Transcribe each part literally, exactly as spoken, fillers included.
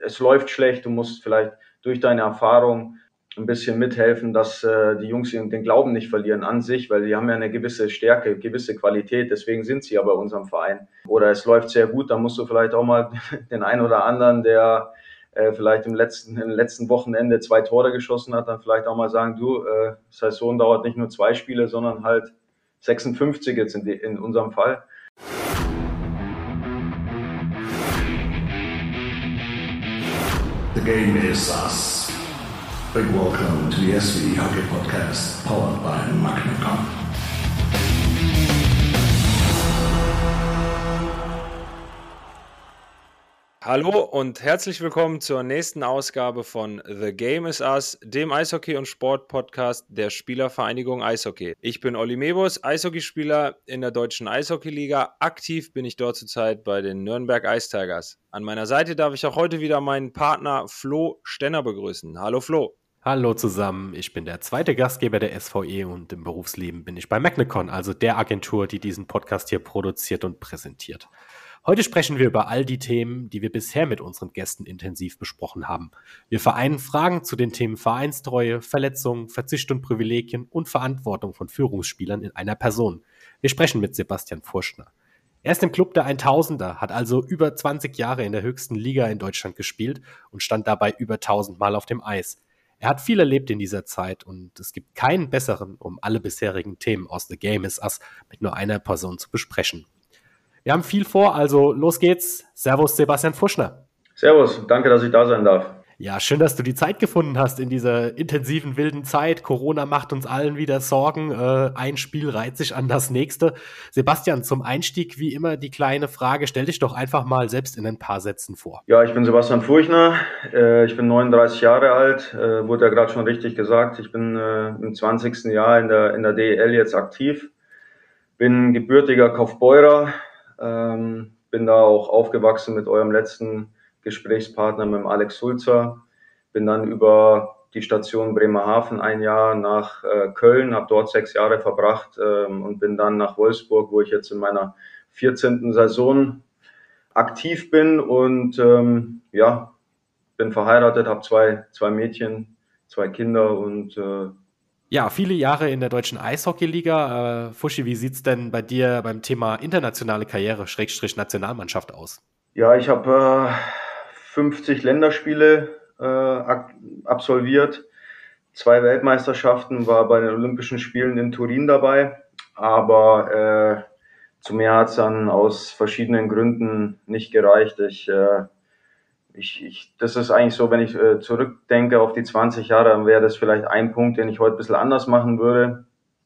es läuft schlecht, du musst vielleicht durch deine Erfahrung ein bisschen mithelfen, dass äh, die Jungs den Glauben nicht verlieren an sich, weil die haben ja eine gewisse Stärke, gewisse Qualität, deswegen sind sie ja bei unserem Verein. Oder es läuft sehr gut, dann musst du vielleicht auch mal den einen oder anderen, der äh, vielleicht im letzten, im letzten Wochenende zwei Tore geschossen hat, dann vielleicht auch mal sagen, du, äh, Saison dauert nicht nur zwei Spiele, sondern halt sechsundfünfzig jetzt in, die, in unserem Fall. The game is us. Big welcome to the S V Hockey Podcast, powered by Magnacom. Hallo und herzlich willkommen zur nächsten Ausgabe von The Game is Us, dem Eishockey- und Sport-Podcast der Spielervereinigung Eishockey. Ich bin Olli Mebus, Eishockeyspieler in der Deutschen Eishockeyliga. Aktiv bin ich dort zurzeit bei den Nürnberg Ice Tigers. An meiner Seite darf ich auch heute wieder meinen Partner Flo Stenner begrüßen. Hallo Flo. Hallo zusammen, ich bin der zweite Gastgeber der S V E und im Berufsleben bin ich bei Magnacon, also der Agentur, die diesen Podcast hier produziert und präsentiert. Heute sprechen wir über all die Themen, die wir bisher mit unseren Gästen intensiv besprochen haben. Wir vereinen Fragen zu den Themen Vereinstreue, Verletzungen, Verzicht und Privilegien und Verantwortung von Führungsspielern in einer Person. Wir sprechen mit Sebastian Furchtner. Er ist im Club der Eintausender, hat also über zwanzig Jahre in der höchsten Liga in Deutschland gespielt und stand dabei über tausend Mal auf dem Eis. Er hat viel erlebt in dieser Zeit und es gibt keinen besseren, um alle bisherigen Themen aus The Game is Us mit nur einer Person zu besprechen. Wir haben viel vor, also los geht's. Servus, Sebastian Furchtner. Servus, danke, dass ich da sein darf. Ja, schön, dass du die Zeit gefunden hast in dieser intensiven, wilden Zeit. Corona macht uns allen wieder Sorgen. Äh, ein Spiel reiht sich an das nächste. Sebastian, zum Einstieg wie immer die kleine Frage. Stell dich doch einfach mal selbst in ein paar Sätzen vor. Ja, ich bin Sebastian Furchtner. Äh, ich bin neununddreißig Jahre alt. Äh, wurde ja gerade schon richtig gesagt. Ich bin äh, im zwanzigsten Jahr in der, in der D E L jetzt aktiv. Bin gebürtiger Kaufbeurer. Ähm, bin da auch aufgewachsen mit eurem letzten Gesprächspartner, mit dem Alex Sulzer. Bin dann über die Station Bremerhaven ein Jahr nach äh, Köln, habe dort sechs Jahre verbracht ähm, und bin dann nach Wolfsburg, wo ich jetzt in meiner vierzehnten Saison aktiv bin und ähm, ja, bin verheiratet, habe zwei, zwei Mädchen, zwei Kinder und äh, Ja, viele Jahre in der Deutschen Eishockeyliga. Äh, Fuschi, wie sieht's denn bei dir beim Thema internationale Karriere, Schrägstrich Nationalmannschaft aus? Ja, ich habe äh, fünfzig Länderspiele äh, ak- absolviert, zwei Weltmeisterschaften, war bei den Olympischen Spielen in Turin dabei, aber äh, zu mehr hat's dann aus verschiedenen Gründen nicht gereicht. Ich, äh, ich, ich, das ist eigentlich so, wenn ich äh, zurückdenke auf die zwanzig Jahre, dann wäre das vielleicht ein Punkt, den ich heute ein bisschen anders machen würde.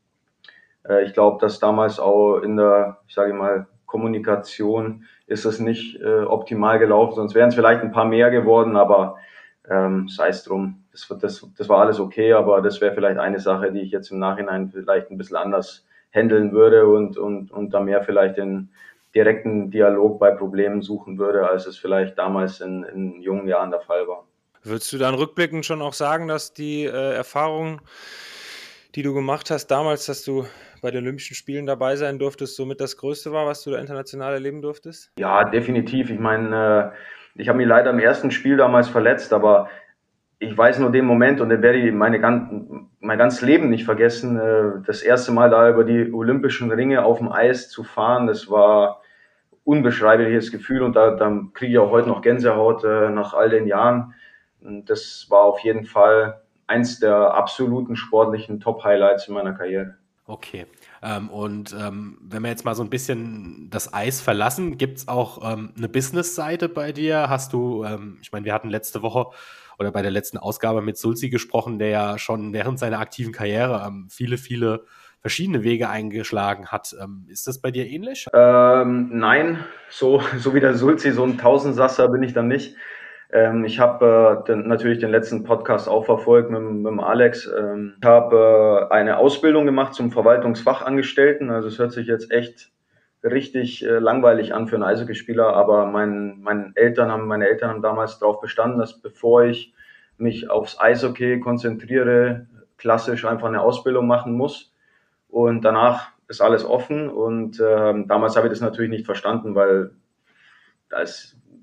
Äh, ich glaube, dass damals auch in der, ich sage mal, Kommunikation ist es nicht äh, optimal gelaufen, sonst wären es vielleicht ein paar mehr geworden, aber ähm, sei es drum. Das, das, das war alles okay, aber das wäre vielleicht eine Sache, die ich jetzt im Nachhinein vielleicht ein bisschen anders handeln würde und, und, und da mehr vielleicht den direkten Dialog bei Problemen suchen würde, als es vielleicht damals in, in jungen Jahren der Fall war. Würdest du dann rückblickend schon auch sagen, dass die äh, Erfahrung, die du gemacht hast damals, dass du bei den Olympischen Spielen dabei sein durftest, somit das Größte war, was du da international erleben durftest? Ja, definitiv. Ich meine, äh, ich habe mich leider im ersten Spiel damals verletzt, aber ich weiß nur den Moment und den werde ich meine, mein ganzes Leben nicht vergessen. Äh, das erste Mal da über die Olympischen Ringe auf dem Eis zu fahren, das war unbeschreibliches Gefühl und da, da kriege ich auch heute noch Gänsehaut äh, nach all den Jahren. Und das war auf jeden Fall eins der absoluten sportlichen Top-Highlights in meiner Karriere. Okay, ähm, und ähm, wenn wir jetzt mal so ein bisschen das Eis verlassen, gibt's auch ähm, eine Business-Seite bei dir? Hast du, ähm, ich meine, wir hatten letzte Woche oder bei der letzten Ausgabe mit Sulzi gesprochen, der ja schon während seiner aktiven Karriere ähm, viele, viele verschiedene Wege eingeschlagen hat. Ähm, ist das bei dir ähnlich? Ähm, nein, so, so wie der Sulzi, so ein Tausendsasser bin ich dann nicht. Ähm, ich habe äh, den, natürlich den letzten Podcast auch verfolgt mit, mit dem Alex. Ähm, ich habe äh, eine Ausbildung gemacht zum Verwaltungsfachangestellten. Also es hört sich jetzt echt richtig äh, langweilig an für einen Eishockeyspieler, aber mein, mein Eltern haben, meine Eltern haben damals darauf bestanden, dass bevor ich mich aufs Eishockey konzentriere, klassisch einfach eine Ausbildung machen muss. Und danach ist alles offen und äh, damals habe ich das natürlich nicht verstanden, weil als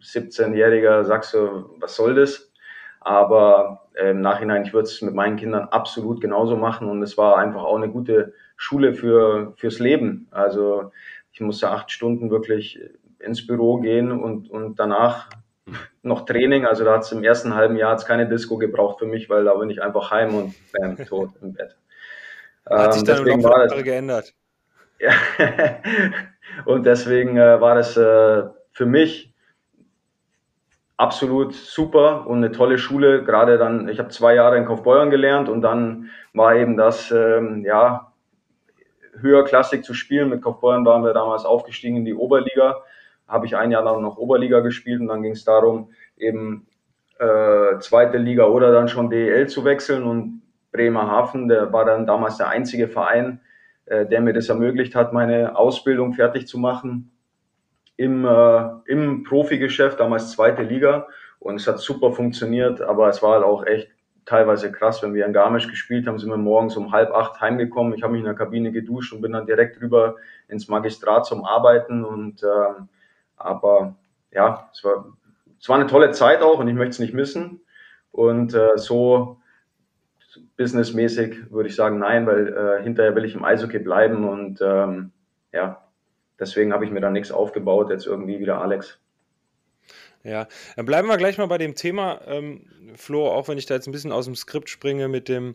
siebzehnjähriger sagst du, was soll das? Aber äh, im Nachhinein, ich würde es mit meinen Kindern absolut genauso machen und es war einfach auch eine gute Schule für fürs Leben. Also ich musste acht Stunden wirklich ins Büro gehen und, und danach noch Training. Also da hat es im ersten halben Jahr hat's keine Disco gebraucht für mich, weil da bin ich einfach heim und bam, tot im Bett. Hat sich Ähm, dann im deswegen Laufe war der das, Jahre geändert. ja, und deswegen äh, war das äh, für mich absolut super und eine tolle Schule. Gerade dann, ich habe zwei Jahre in Kaufbeuren gelernt und dann war eben das, ähm, ja, höherklassig zu spielen. Mit Kaufbeuren waren wir damals aufgestiegen in die Oberliga. Habe ich ein Jahr lang noch Oberliga gespielt und dann ging es darum, eben äh, zweite Liga oder dann schon D E L zu wechseln und Bremerhaven, der war dann damals der einzige Verein, äh, der mir das ermöglicht hat, meine Ausbildung fertig zu machen im, äh, im Profigeschäft, damals zweite Liga und es hat super funktioniert, aber es war halt auch echt teilweise krass, wenn wir in Garmisch gespielt haben, sind wir morgens um halb acht heimgekommen, ich habe mich in der Kabine geduscht und bin dann direkt rüber ins Magistrat zum Arbeiten und ähm, aber ja, es war, es war eine tolle Zeit auch und ich möchte es nicht missen und äh, so businessmäßig würde ich sagen nein, weil äh, hinterher will ich im Eishockey bleiben und ähm, ja, deswegen habe ich mir da nichts aufgebaut, jetzt irgendwie wieder Alex. Ja, dann bleiben wir gleich mal bei dem Thema, ähm, Flo, auch wenn ich da jetzt ein bisschen aus dem Skript springe mit dem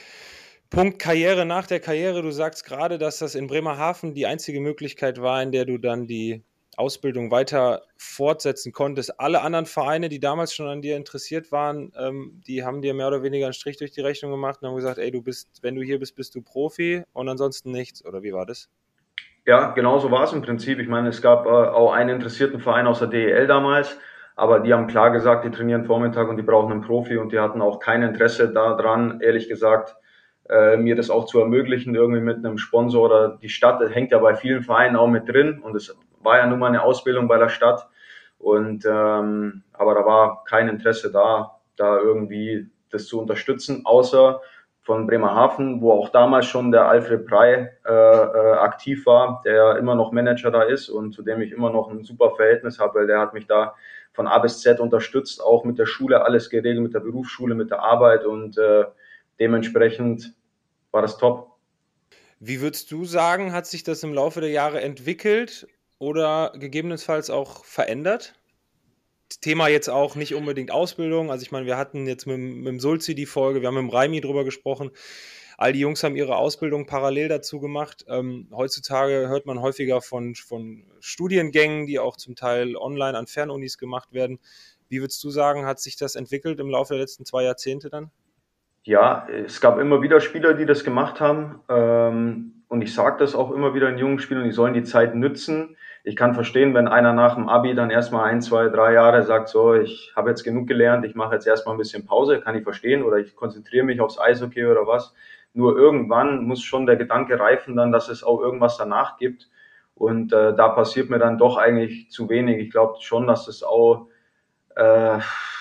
Punkt Karriere nach der Karriere. Du sagst gerade, dass das in Bremerhaven die einzige Möglichkeit war, in der du dann die Ausbildung weiter fortsetzen konntest. Alle anderen Vereine, die damals schon an dir interessiert waren, ähm, die haben dir mehr oder weniger einen Strich durch die Rechnung gemacht und haben gesagt, ey, du bist, wenn du hier bist, bist du Profi und ansonsten nichts. Oder wie war das? Ja, genau so war es im Prinzip. Ich meine, es gab äh, auch einen interessierten Verein aus der D E L damals, aber die haben klar gesagt, die trainieren Vormittag und die brauchen einen Profi und die hatten auch kein Interesse daran, ehrlich gesagt, äh, mir das auch zu ermöglichen, irgendwie mit einem Sponsor oder die Stadt, das hängt ja bei vielen Vereinen auch mit drin und es war ja nun mal eine Ausbildung bei der Stadt und ähm, aber da war kein Interesse da, da irgendwie das zu unterstützen, außer von Bremerhaven, wo auch damals schon der Alfred Prey äh, äh, aktiv war, der immer noch Manager da ist und zu dem ich immer noch ein super Verhältnis habe, weil der hat mich da von A bis Z unterstützt, auch mit der Schule alles geregelt, mit der Berufsschule, mit der Arbeit und äh, dementsprechend war das top. Wie würdest du sagen, hat sich das im Laufe der Jahre entwickelt oder gegebenenfalls auch verändert? Thema jetzt auch nicht unbedingt Ausbildung. Also ich meine, wir hatten jetzt mit, mit dem Sulzi die Folge, wir haben mit dem Raimi drüber gesprochen. All die Jungs haben ihre Ausbildung parallel dazu gemacht. Ähm, heutzutage hört man häufiger von, von Studiengängen, die auch zum Teil online an Fernunis gemacht werden. Wie würdest du sagen, hat sich das entwickelt im Laufe der letzten zwei Jahrzehnte dann? Ja, es gab immer wieder Spieler, die das gemacht haben. Ähm, und ich sage das auch immer wieder in jungen Spielern, die sollen die Zeit nützen. Ich kann verstehen, wenn einer nach dem Abi dann erstmal ein, zwei, drei Jahre sagt, so, ich habe jetzt genug gelernt, ich mache jetzt erstmal ein bisschen Pause, kann ich verstehen, oder ich konzentriere mich aufs Eishockey oder was. Nur irgendwann muss schon der Gedanke reifen dann, dass es auch irgendwas danach gibt. Und äh, da passiert mir dann doch eigentlich zu wenig. Ich glaube schon, dass es auch äh,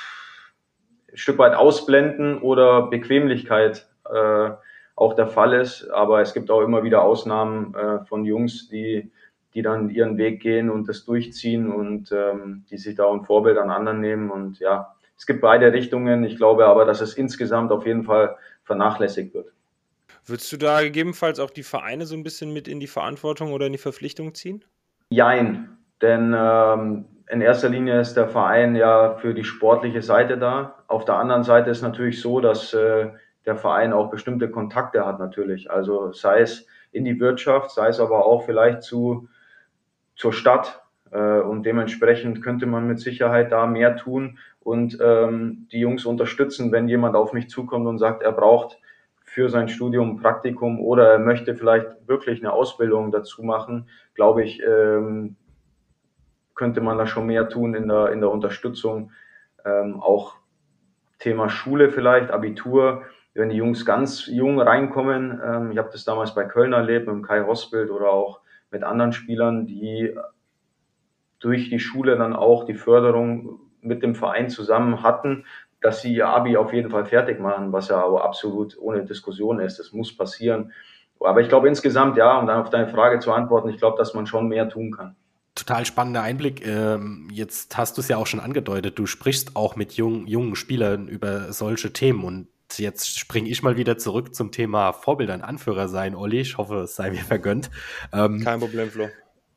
ein Stück weit Ausblenden oder Bequemlichkeit äh, auch der Fall ist. Aber es gibt auch immer wieder Ausnahmen äh, von Jungs, die, die dann ihren Weg gehen und das durchziehen und ähm, die sich da ein Vorbild an anderen nehmen. Und ja, es gibt beide Richtungen. Ich glaube aber, dass es insgesamt auf jeden Fall vernachlässigt wird. Würdest du da gegebenenfalls auch die Vereine so ein bisschen mit in die Verantwortung oder in die Verpflichtung ziehen? Jein, denn ähm, in erster Linie ist der Verein ja für die sportliche Seite da. Auf der anderen Seite ist natürlich so, dass äh, der Verein auch bestimmte Kontakte hat natürlich. Also sei es in die Wirtschaft, sei es aber auch vielleicht zu, zur Stadt. Äh, und dementsprechend könnte man mit Sicherheit da mehr tun und ähm, die Jungs unterstützen, wenn jemand auf mich zukommt und sagt, er braucht für sein Studium ein Praktikum oder er möchte vielleicht wirklich eine Ausbildung dazu machen, glaube ich, ähm, könnte man da schon mehr tun in der, in der Unterstützung. Ähm, auch Thema Schule vielleicht, Abitur, wenn die Jungs ganz jung reinkommen. Ähm, ich habe das damals bei Köln erlebt, mit dem Kai Rossbild oder auch mit anderen Spielern, die durch die Schule dann auch die Förderung mit dem Verein zusammen hatten, dass sie ihr Abi auf jeden Fall fertig machen, was ja aber absolut ohne Diskussion ist. Das muss passieren. Aber ich glaube insgesamt, ja, um dann auf deine Frage zu antworten, ich glaube, dass man schon mehr tun kann. Total spannender Einblick. Ähm, jetzt hast du es ja auch schon angedeutet, du sprichst auch mit jungen, jungen Spielern über solche Themen und jetzt springe ich mal wieder zurück zum Thema Vorbilder und Anführer sein, Olli. Ich hoffe, es sei mir vergönnt. Ähm, Kein Problem, Flo.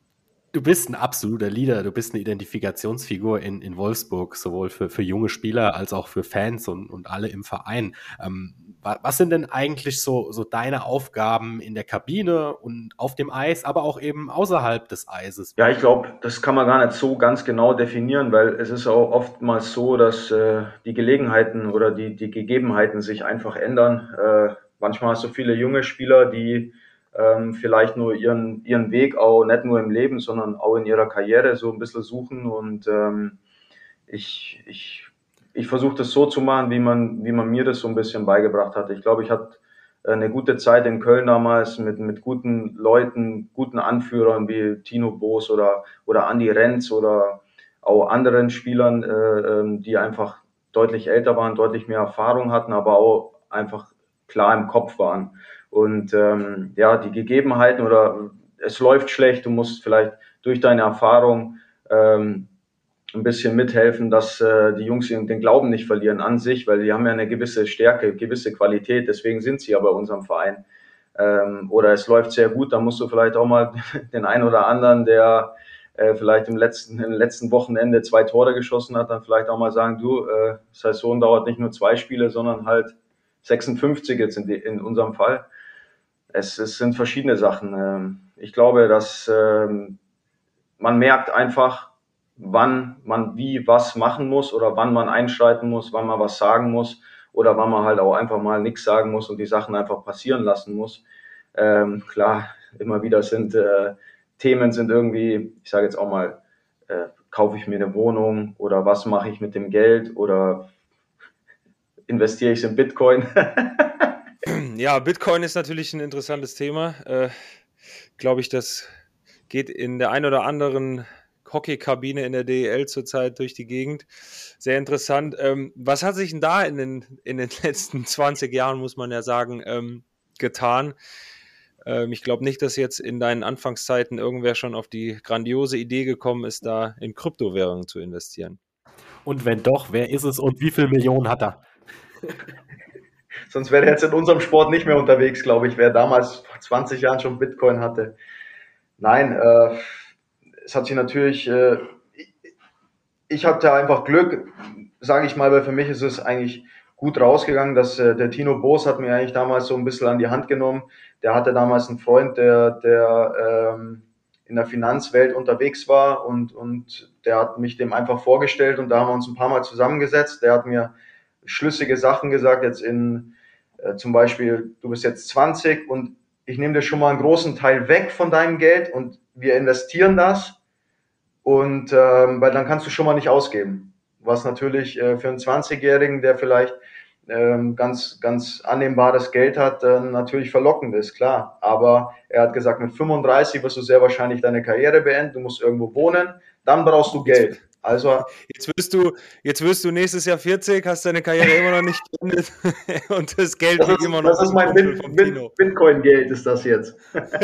Du bist ein absoluter Leader, du bist eine Identifikationsfigur in, in Wolfsburg, sowohl für, für junge Spieler als auch für Fans und, und alle im Verein. Ähm, was sind denn eigentlich so, so deine Aufgaben in der Kabine und auf dem Eis, aber auch eben außerhalb des Eises? Ja, ich glaube, das kann man gar nicht so ganz genau definieren, weil es ist auch oftmals so, dass äh, die Gelegenheiten oder die, die Gegebenheiten sich einfach ändern. Äh, manchmal hast du viele junge Spieler, die ähm, vielleicht nur ihren, ihren Weg auch nicht nur im Leben, sondern auch in ihrer Karriere so ein bisschen suchen. Und ähm, ich, ich, ich versuche das so zu machen, wie man, wie man mir das so ein bisschen beigebracht hat. Ich glaube, ich hatte eine gute Zeit in Köln damals mit, mit guten Leuten, guten Anführern wie Tino Boos oder, oder Andi Renz oder auch anderen Spielern, äh, die einfach deutlich älter waren, deutlich mehr Erfahrung hatten, aber auch einfach klar im Kopf waren. Und ähm, ja, die Gegebenheiten oder es läuft schlecht, du musst vielleicht durch deine Erfahrung ähm, ein bisschen mithelfen, dass äh, die Jungs den Glauben nicht verlieren an sich, weil die haben ja eine gewisse Stärke, gewisse Qualität, deswegen sind sie ja bei unserem Verein. Ähm, oder es läuft sehr gut, dann musst du vielleicht auch mal den einen oder anderen, der äh, vielleicht im letzten, im letzten Wochenende zwei Tore geschossen hat, dann vielleicht auch mal sagen, du, äh, Saison dauert nicht nur zwei Spiele, sondern halt sechsundfünfzig jetzt in, die, in unserem Fall. Es, es sind verschiedene Sachen. Ähm, ich glaube, dass ähm, man merkt einfach, wann man wie was machen muss oder wann man einschreiten muss, wann man was sagen muss oder wann man halt auch einfach mal nichts sagen muss und die Sachen einfach passieren lassen muss. Ähm, klar, immer wieder sind äh, Themen sind irgendwie, ich sage jetzt auch mal, äh, kaufe ich mir eine Wohnung oder was mache ich mit dem Geld oder investiere ich es in Bitcoin? Ja, Bitcoin ist natürlich ein interessantes Thema. Äh, glaube ich, das geht in der ein oder anderen Hockeykabine in der D E L zurzeit durch die Gegend. Sehr interessant. Ähm, was hat sich denn da in den, in den letzten zwanzig Jahren, muss man ja sagen, ähm, getan? Ähm, ich glaube nicht, dass jetzt in deinen Anfangszeiten irgendwer schon auf die grandiose Idee gekommen ist, da in Kryptowährungen zu investieren. Und wenn doch, wer ist es und wie viele Millionen hat er? Sonst wäre er jetzt in unserem Sport nicht mehr unterwegs, glaube ich, wer damals vor zwanzig Jahren schon Bitcoin hatte. Nein, äh, es hat sich natürlich, äh, ich, ich hatte einfach Glück, sage ich mal, weil für mich ist es eigentlich gut rausgegangen, dass äh, der Tino Boos hat mir eigentlich damals so ein bisschen an die Hand genommen. Der hatte damals einen Freund, der, der ähm, in der Finanzwelt unterwegs war und, und der hat mich dem einfach vorgestellt und da haben wir uns ein paar Mal zusammengesetzt. Der hat mir schlüssige Sachen gesagt, jetzt in äh, zum Beispiel, du bist jetzt zwanzig und ich nehme dir schon mal einen großen Teil weg von deinem Geld und wir investieren das und ähm, weil dann kannst du schon mal nicht ausgeben. Was natürlich äh, für einen zwanzigjährigen, der vielleicht ähm, ganz, ganz annehmbares Geld hat, äh, natürlich verlockend ist, klar. Aber er hat gesagt, mit fünfunddreißig wirst du sehr wahrscheinlich deine Karriere beenden, du musst irgendwo wohnen, dann brauchst du Geld. Also jetzt wirst du, jetzt wirst du nächstes Jahr vierzig, hast deine Karriere immer noch nicht beendet und das Geld das liegt ist, immer noch. Das ist mein Bit, Bit, Bitcoin-Geld, ist das jetzt.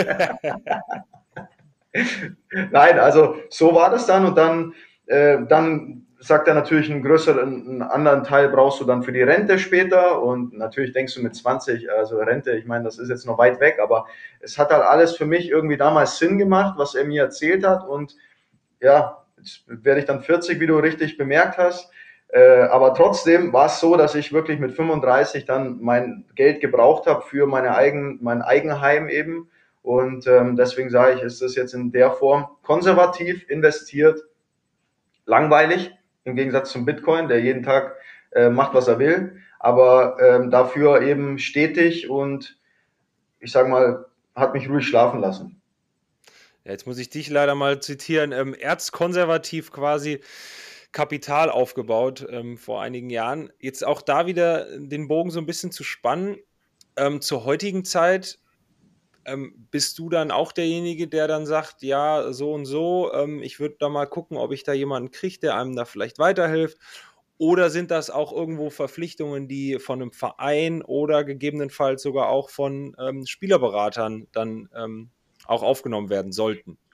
Nein, also so war das dann und dann, äh, dann sagt er natürlich einen größeren, einen anderen Teil brauchst du dann für die Rente später und natürlich denkst du mit zwanzig, also Rente, ich meine, das ist jetzt noch weit weg, aber es hat halt alles für mich irgendwie damals Sinn gemacht, was er mir erzählt hat und ja, jetzt werde ich dann vierzig, wie du richtig bemerkt hast, äh, aber trotzdem war es so, dass ich wirklich mit fünfunddreißig dann mein Geld gebraucht habe für meine eigen, mein Eigenheim eben. Und ähm, deswegen sage ich, ist das jetzt in der Form konservativ investiert, langweilig, im Gegensatz zum Bitcoin, der jeden Tag äh, macht, was er will, aber ähm, dafür eben stetig und ich sage mal, hat mich ruhig schlafen lassen. Ja, jetzt muss ich dich leider mal zitieren, ähm, erzkonservativ quasi Kapital aufgebaut ähm, vor einigen Jahren. Jetzt auch da wieder den Bogen so ein bisschen zu spannen. Ähm, zur heutigen Zeit ähm, bist du dann auch derjenige, der dann sagt, ja, so und so, ähm, ich würde da mal gucken, ob ich da jemanden kriege, der einem da vielleicht weiterhilft. Oder sind das auch irgendwo Verpflichtungen, die von einem Verein oder gegebenenfalls sogar auch von ähm, Spielerberatern dann ähm, auch aufgenommen werden sollten?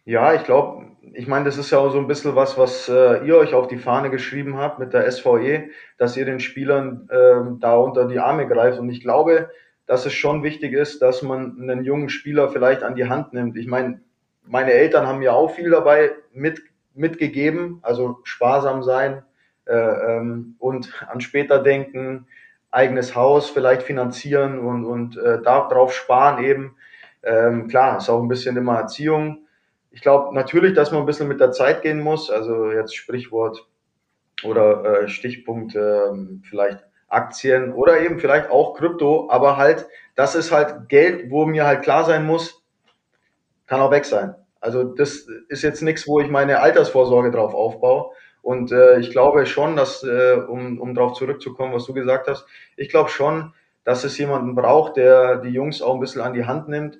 Ja, ich glaube, ich meine, das ist ja auch so ein bisschen was, was äh, ihr euch auf die Fahne geschrieben habt mit der S V E, dass ihr den Spielern ähm, da unter die Arme greift. Und ich glaube, dass es schon wichtig ist, dass man einen jungen Spieler vielleicht an die Hand nimmt. Ich meine, meine Eltern haben mir auch viel dabei mit, mitgegeben, also sparsam sein äh, ähm, und an später denken, eigenes Haus vielleicht finanzieren und, und äh, darauf sparen eben. Ähm, klar, ist auch ein bisschen immer Erziehung. Ich glaube natürlich, dass man ein bisschen mit der Zeit gehen muss. Also jetzt Sprichwort oder äh, Stichpunkt äh, vielleicht Aktien oder eben vielleicht auch Krypto. Aber halt, das ist halt Geld, wo mir halt klar sein muss, kann auch weg sein. Also das ist jetzt nichts, wo ich meine Altersvorsorge drauf aufbaue. Und äh, ich glaube schon, dass, äh, um, um darauf zurückzukommen, was du gesagt hast, ich glaube schon, dass es jemanden braucht, der die Jungs auch ein bisschen an die Hand nimmt.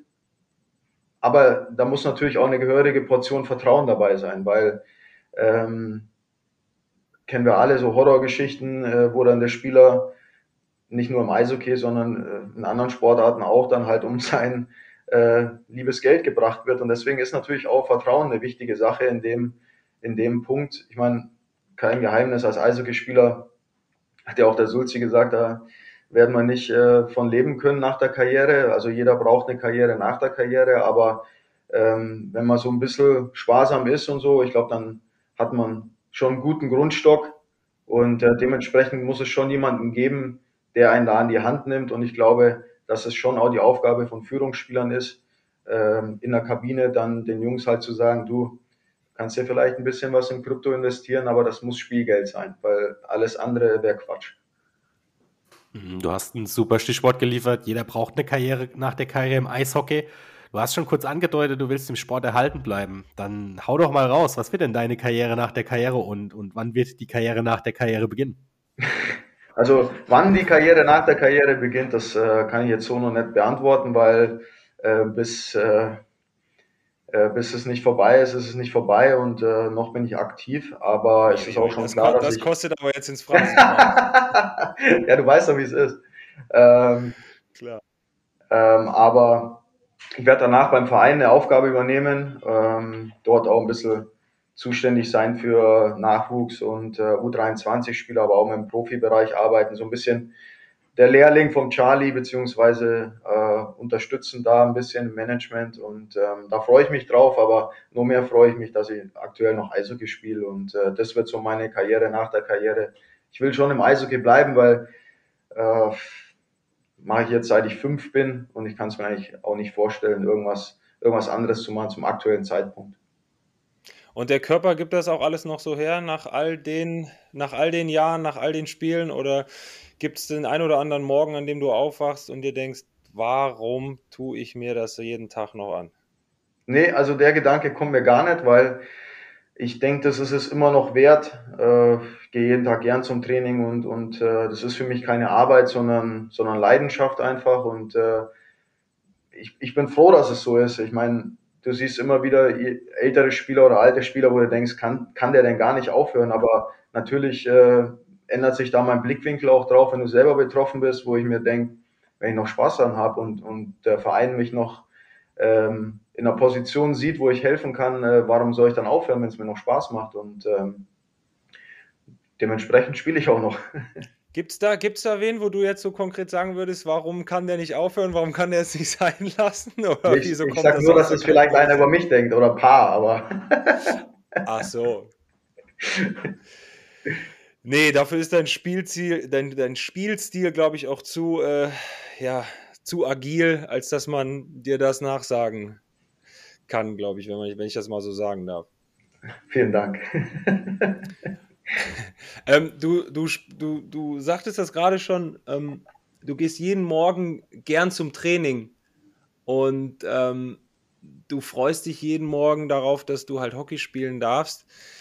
Aber da muss natürlich auch eine gehörige Portion Vertrauen dabei sein, weil ähm, kennen wir alle so Horrorgeschichten, äh, wo dann der Spieler nicht nur im Eishockey, sondern äh, in anderen Sportarten auch dann halt um sein äh, liebes Geld gebracht wird. Und deswegen ist natürlich auch Vertrauen eine wichtige Sache in dem, in dem Punkt. Ich meine, kein Geheimnis, als Eishockeyspieler hat ja auch der Sulzi gesagt, da werden wir nicht äh, von leben können nach der Karriere. Also jeder braucht eine Karriere nach der Karriere, aber ähm, wenn man so ein bisschen sparsam ist und so, ich glaube, dann hat man schon einen guten Grundstock und äh, dementsprechend muss es schon jemanden geben, der einen da an die Hand nimmt. Und ich glaube, dass es schon auch die Aufgabe von Führungsspielern ist, ähm, in der Kabine dann den Jungs halt zu sagen, du kannst ja vielleicht ein bisschen was in Krypto investieren, aber das muss Spielgeld sein, weil alles andere wäre Quatsch. Du hast ein super Stichwort geliefert. Jeder braucht eine Karriere nach der Karriere im Eishockey. Du hast schon kurz angedeutet, du willst im Sport erhalten bleiben. Dann hau doch mal raus. Was wird denn deine Karriere nach der Karriere und, und wann wird die Karriere nach der Karriere beginnen? Also wann die Karriere nach der Karriere beginnt, das äh, kann ich jetzt so noch nicht beantworten, weil äh, bis, äh, äh, bis es nicht vorbei ist, ist es nicht vorbei und äh, noch bin ich aktiv, aber es ist auch schon das klar, ko- dass das ich... kostet aber jetzt ins Phrasenschwein. Ja, du weißt doch, wie es ist. Ähm, Klar. ähm, aber ich werde danach beim Verein eine Aufgabe übernehmen, ähm, dort auch ein bisschen zuständig sein für Nachwuchs und äh, U dreiundzwanzig-Spieler, aber auch im Profibereich arbeiten, so ein bisschen der Lehrling vom Charlie, beziehungsweise äh, unterstützen da ein bisschen im Management und ähm, da freue ich mich drauf, aber noch mehr freue ich mich, dass ich aktuell noch Eishockey spiele und äh, das wird so meine Karriere nach der Karriere. Ich will schon im Eishockey bleiben, weil äh, mache ich jetzt, seit ich fünf bin und ich kann es mir eigentlich auch nicht vorstellen, irgendwas, irgendwas anderes zu machen zum aktuellen Zeitpunkt. Und der Körper gibt das auch alles noch so her nach all den, nach all den Jahren, nach all den Spielen? Oder gibt es den einen oder anderen Morgen, an dem du aufwachst und dir denkst, warum tue ich mir das jeden Tag noch an? Nee, also der Gedanke kommt mir gar nicht, weil ich denke, das ist es immer noch wert. Äh, ich gehe jeden Tag gern zum Training und, und äh, das ist für mich keine Arbeit, sondern, sondern Leidenschaft einfach. Und äh, ich, ich bin froh, dass es so ist. Ich meine, du siehst immer wieder ältere Spieler oder alte Spieler, wo du denkst, kann, kann der denn gar nicht aufhören? Aber natürlich äh, ändert sich da mein Blickwinkel auch drauf, wenn du selber betroffen bist, wo ich mir denke, wenn ich noch Spaß dran habe und, und der Verein mich noch ähm, in einer Position sieht, wo ich helfen kann, äh, warum soll ich dann aufhören, wenn es mir noch Spaß macht? Und ähm, dementsprechend spiele ich auch noch. Gibt's da, gibt's da wen, wo du jetzt so konkret sagen würdest, warum kann der nicht aufhören, warum kann der es nicht sein lassen? Oder Ich, wieso ich kommt sag das nur, aus dass der es vielleicht Kalkulation? einer über mich denkt oder ein paar, aber Ach so. Nee, dafür ist dein Spielziel, dein, dein Spielstil, glaube ich, auch zu, äh, ja, zu agil, als dass man dir das nachsagen kann, glaube ich, wenn, man, wenn ich das mal so sagen darf. vielen Dank. Ähm, du, du, du, du sagtest das gerade schon, ähm, du gehst jeden Morgen gern zum Training und ähm, du freust dich jeden Morgen darauf, dass du halt Hockey spielen darfst.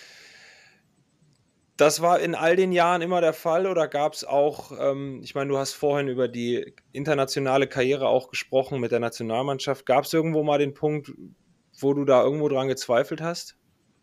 Das war in all den Jahren immer der Fall oder gab es auch, ähm, ich meine, du hast vorhin über die internationale Karriere auch gesprochen mit der Nationalmannschaft. Gab es irgendwo mal den Punkt, wo du da irgendwo dran gezweifelt hast?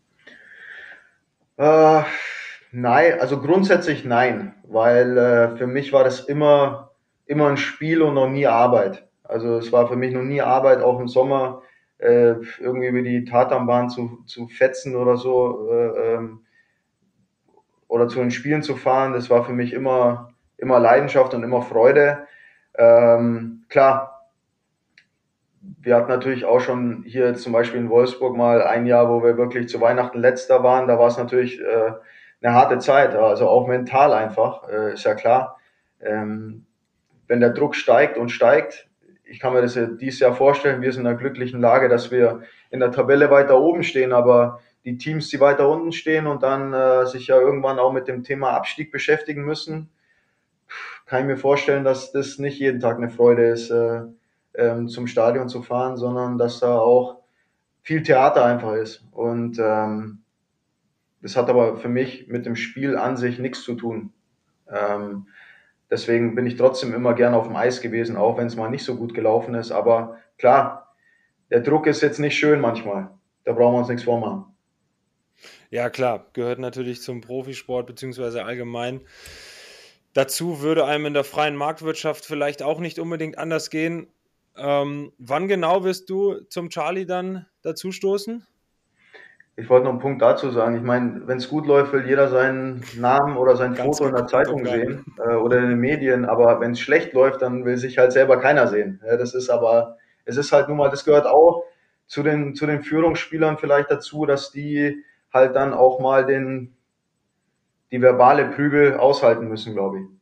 Äh, nein, also grundsätzlich nein, weil äh, für mich war das immer, immer ein Spiel und noch nie Arbeit. Also es war für mich noch nie Arbeit, auch im Sommer äh, irgendwie über die Tatanbahn zu, zu fetzen oder so, äh, ähm, oder zu den Spielen zu fahren. Das war für mich immer, immer Leidenschaft und immer Freude. Ähm, klar, wir hatten natürlich auch schon hier jetzt zum Beispiel in Wolfsburg mal ein Jahr, wo wir wirklich zu Weihnachten letzter waren. Da war es natürlich äh, eine harte Zeit, also auch mental einfach, äh, ist ja klar. Ähm, wenn der Druck steigt und steigt, ich kann mir das ja dieses Jahr vorstellen, wir sind in einer glücklichen Lage, dass wir in der Tabelle weiter oben stehen, aber die Teams, die weiter unten stehen und dann äh, sich ja irgendwann auch mit dem Thema Abstieg beschäftigen müssen, kann ich mir vorstellen, dass das nicht jeden Tag eine Freude ist, äh, ähm, zum Stadion zu fahren, sondern dass da auch viel Theater einfach ist. Und ähm, das hat aber für mich mit dem Spiel an sich nichts zu tun. Ähm, deswegen bin ich trotzdem immer gern auf dem Eis gewesen, auch wenn es mal nicht so gut gelaufen ist. Aber klar, der Druck ist jetzt nicht schön manchmal. Da brauchen wir uns nichts vormachen. Ja, klar, gehört natürlich zum Profisport beziehungsweise allgemein. Dazu würde einem in der freien Marktwirtschaft vielleicht auch nicht unbedingt anders gehen. Ähm, wann genau wirst du zum Charlie dann dazustoßen? Ich wollte noch einen Punkt dazu sagen. Ich meine, wenn es gut läuft, will jeder seinen Namen oder sein Ganz Foto in der gekonnt Zeitung umgangen. sehen äh, oder in den Medien. Aber wenn es schlecht läuft, dann will sich halt selber keiner sehen. Ja, das ist aber, es ist halt nun mal, das gehört auch zu den, zu den Führungsspielern vielleicht dazu, dass die halt dann auch mal den, die verbale Prügel aushalten müssen, glaube ich.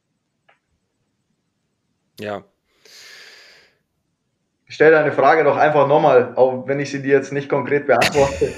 Ja. Ich stelle deine Frage doch einfach nochmal, auch wenn ich sie dir jetzt nicht konkret beantworte.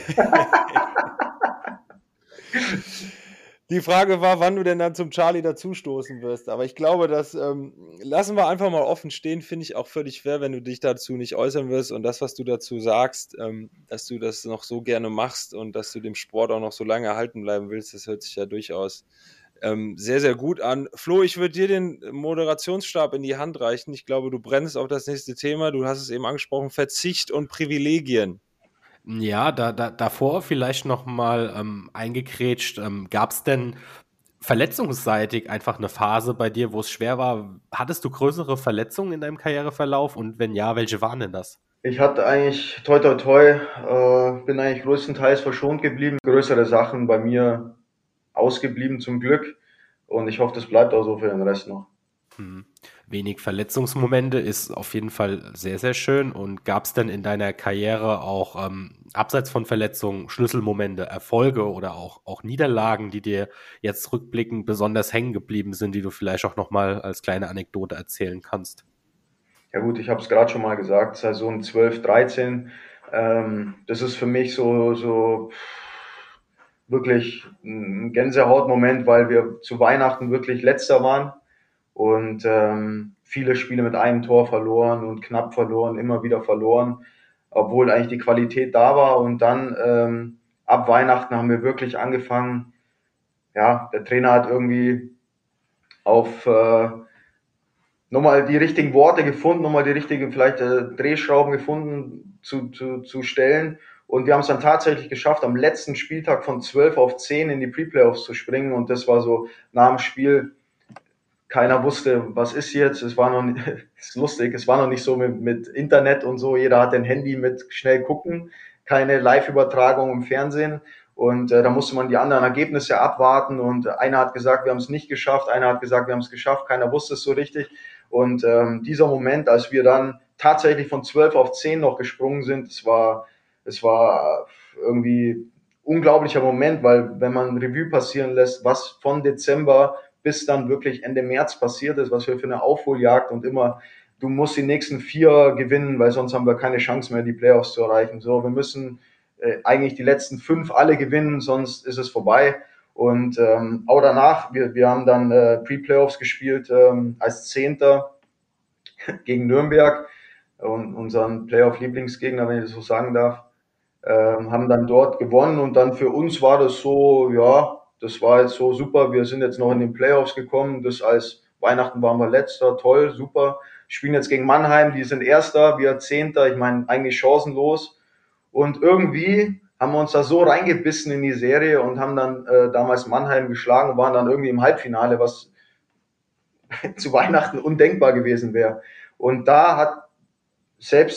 Die Frage war, wann du denn dann zum Charlie dazustoßen wirst. Aber ich glaube, das ähm, lassen wir einfach mal offen stehen. Finde ich auch völlig fair, wenn du dich dazu nicht äußern wirst. Und das, was du dazu sagst, ähm, dass du das noch so gerne machst und dass du dem Sport auch noch so lange erhalten bleiben willst, das hört sich ja durchaus ähm, sehr, sehr gut an. Flo, ich würde dir den Moderationsstab in die Hand reichen. Ich glaube, du brennst auf das nächste Thema. Du hast es eben angesprochen, Verzicht und Privilegien. Ja, da, da, davor vielleicht noch mal ähm, eingekrätscht. Ähm, gab es denn verletzungsseitig einfach eine Phase bei dir, wo es schwer war? Hattest du größere Verletzungen in deinem Karriereverlauf? Und wenn ja, welche waren denn das? Ich hatte eigentlich, toi toi toi, äh, bin eigentlich größtenteils verschont geblieben. Größere Sachen bei mir ausgeblieben zum Glück. Und ich hoffe, das bleibt auch so für den Rest noch. Hm. Wenig Verletzungsmomente ist auf jeden Fall sehr, sehr schön. Und gab es denn in deiner Karriere auch ähm, abseits von Verletzungen Schlüsselmomente, Erfolge oder auch, auch Niederlagen, die dir jetzt rückblickend besonders hängen geblieben sind, die du vielleicht auch nochmal als kleine Anekdote erzählen kannst? Ja gut, ich habe es gerade schon mal gesagt, Saison zwölf, dreizehn, ähm, das ist für mich so, so wirklich ein Gänsehautmoment, weil wir zu Weihnachten wirklich Letzter waren und ähm, viele Spiele mit einem Tor verloren und knapp verloren, immer wieder verloren, obwohl eigentlich die Qualität da war. Und dann ähm, ab Weihnachten haben wir wirklich angefangen, ja, der Trainer hat irgendwie auf äh, nochmal die richtigen Worte gefunden, nochmal die richtigen vielleicht äh, Drehschrauben gefunden zu, zu, zu stellen. Und wir haben es dann tatsächlich geschafft, am letzten Spieltag von zwölf auf zehn in die Pre-Playoffs zu springen. Und das war so nach dem Spiel, keiner wusste, was ist jetzt. Es war noch nicht, ist lustig, es war noch nicht so mit, mit Internet und so. Jeder hat ein Handy mit schnell gucken, keine Live-Übertragung im Fernsehen. Und äh, da musste man die anderen Ergebnisse abwarten. Und einer hat gesagt, wir haben es nicht geschafft. Einer hat gesagt, wir haben es geschafft. Keiner wusste es so richtig. Und ähm, dieser Moment, als wir dann tatsächlich von zwölf auf zehn noch gesprungen sind, es war, es war irgendwie unglaublicher Moment, weil wenn man Revue passieren lässt, was von Dezember bis dann wirklich Ende März passiert ist, was wir für eine Aufholjagd und immer, du musst die nächsten vier gewinnen, weil sonst haben wir keine Chance mehr, die Playoffs zu erreichen. So, wir müssen äh, eigentlich die letzten fünf alle gewinnen, sonst ist es vorbei. Und ähm, auch danach, wir, wir haben dann äh, Pre-Playoffs gespielt ähm, als Zehnter gegen Nürnberg und unseren Playoff-Lieblingsgegner, wenn ich das so sagen darf, ähm, haben dann dort gewonnen und dann für uns war das so, ja, das war jetzt so super, wir sind jetzt noch in den Playoffs gekommen, das als Weihnachten waren wir letzter, toll, super, spielen jetzt gegen Mannheim, die sind erster, wir Zehnter, ich meine eigentlich chancenlos und irgendwie haben wir uns da so reingebissen in die Serie und haben dann äh, damals Mannheim geschlagen und waren dann irgendwie im Halbfinale, was zu Weihnachten undenkbar gewesen wäre. Und da hat selbst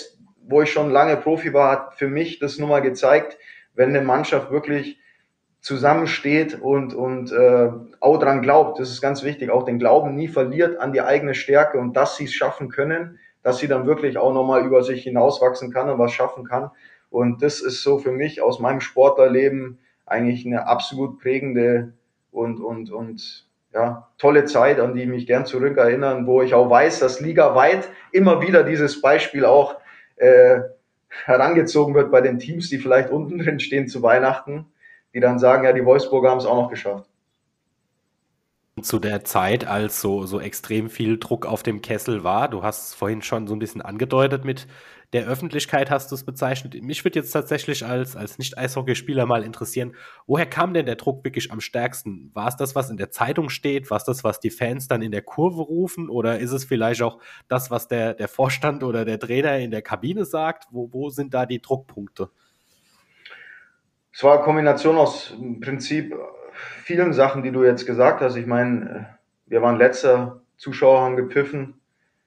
wo ich schon lange Profi war, hat für mich das nun mal gezeigt, wenn eine Mannschaft wirklich zusammensteht und, und äh, auch dran glaubt, das ist ganz wichtig, auch den Glauben nie verliert an die eigene Stärke und dass sie es schaffen können, dass sie dann wirklich auch nochmal über sich hinauswachsen kann und was schaffen kann. Und das ist so für mich aus meinem Sportlerleben eigentlich eine absolut prägende und, und, und ja, tolle Zeit, an die ich mich gern zurückerinnern, wo ich auch weiß, dass ligaweit immer wieder dieses Beispiel auch äh, herangezogen wird bei den Teams, die vielleicht unten drin stehen zu Weihnachten, die dann sagen, ja, die Wolfsburger haben es auch noch geschafft. Zu der Zeit, als so, so extrem viel Druck auf dem Kessel war, du hast es vorhin schon so ein bisschen angedeutet mit der Öffentlichkeit, hast du es bezeichnet. Mich würde jetzt tatsächlich als, als Nicht-Eishockeyspieler mal interessieren, woher kam denn der Druck wirklich am stärksten? War es das, was in der Zeitung steht? War es das, was die Fans dann in der Kurve rufen? Oder ist es vielleicht auch das, was der, der Vorstand oder der Trainer in der Kabine sagt? Wo, wo sind da die Druckpunkte? Es war eine Kombination aus im Prinzip vielen Sachen, die du jetzt gesagt hast. Ich meine, wir waren letzter, Zuschauer haben gepfiffen.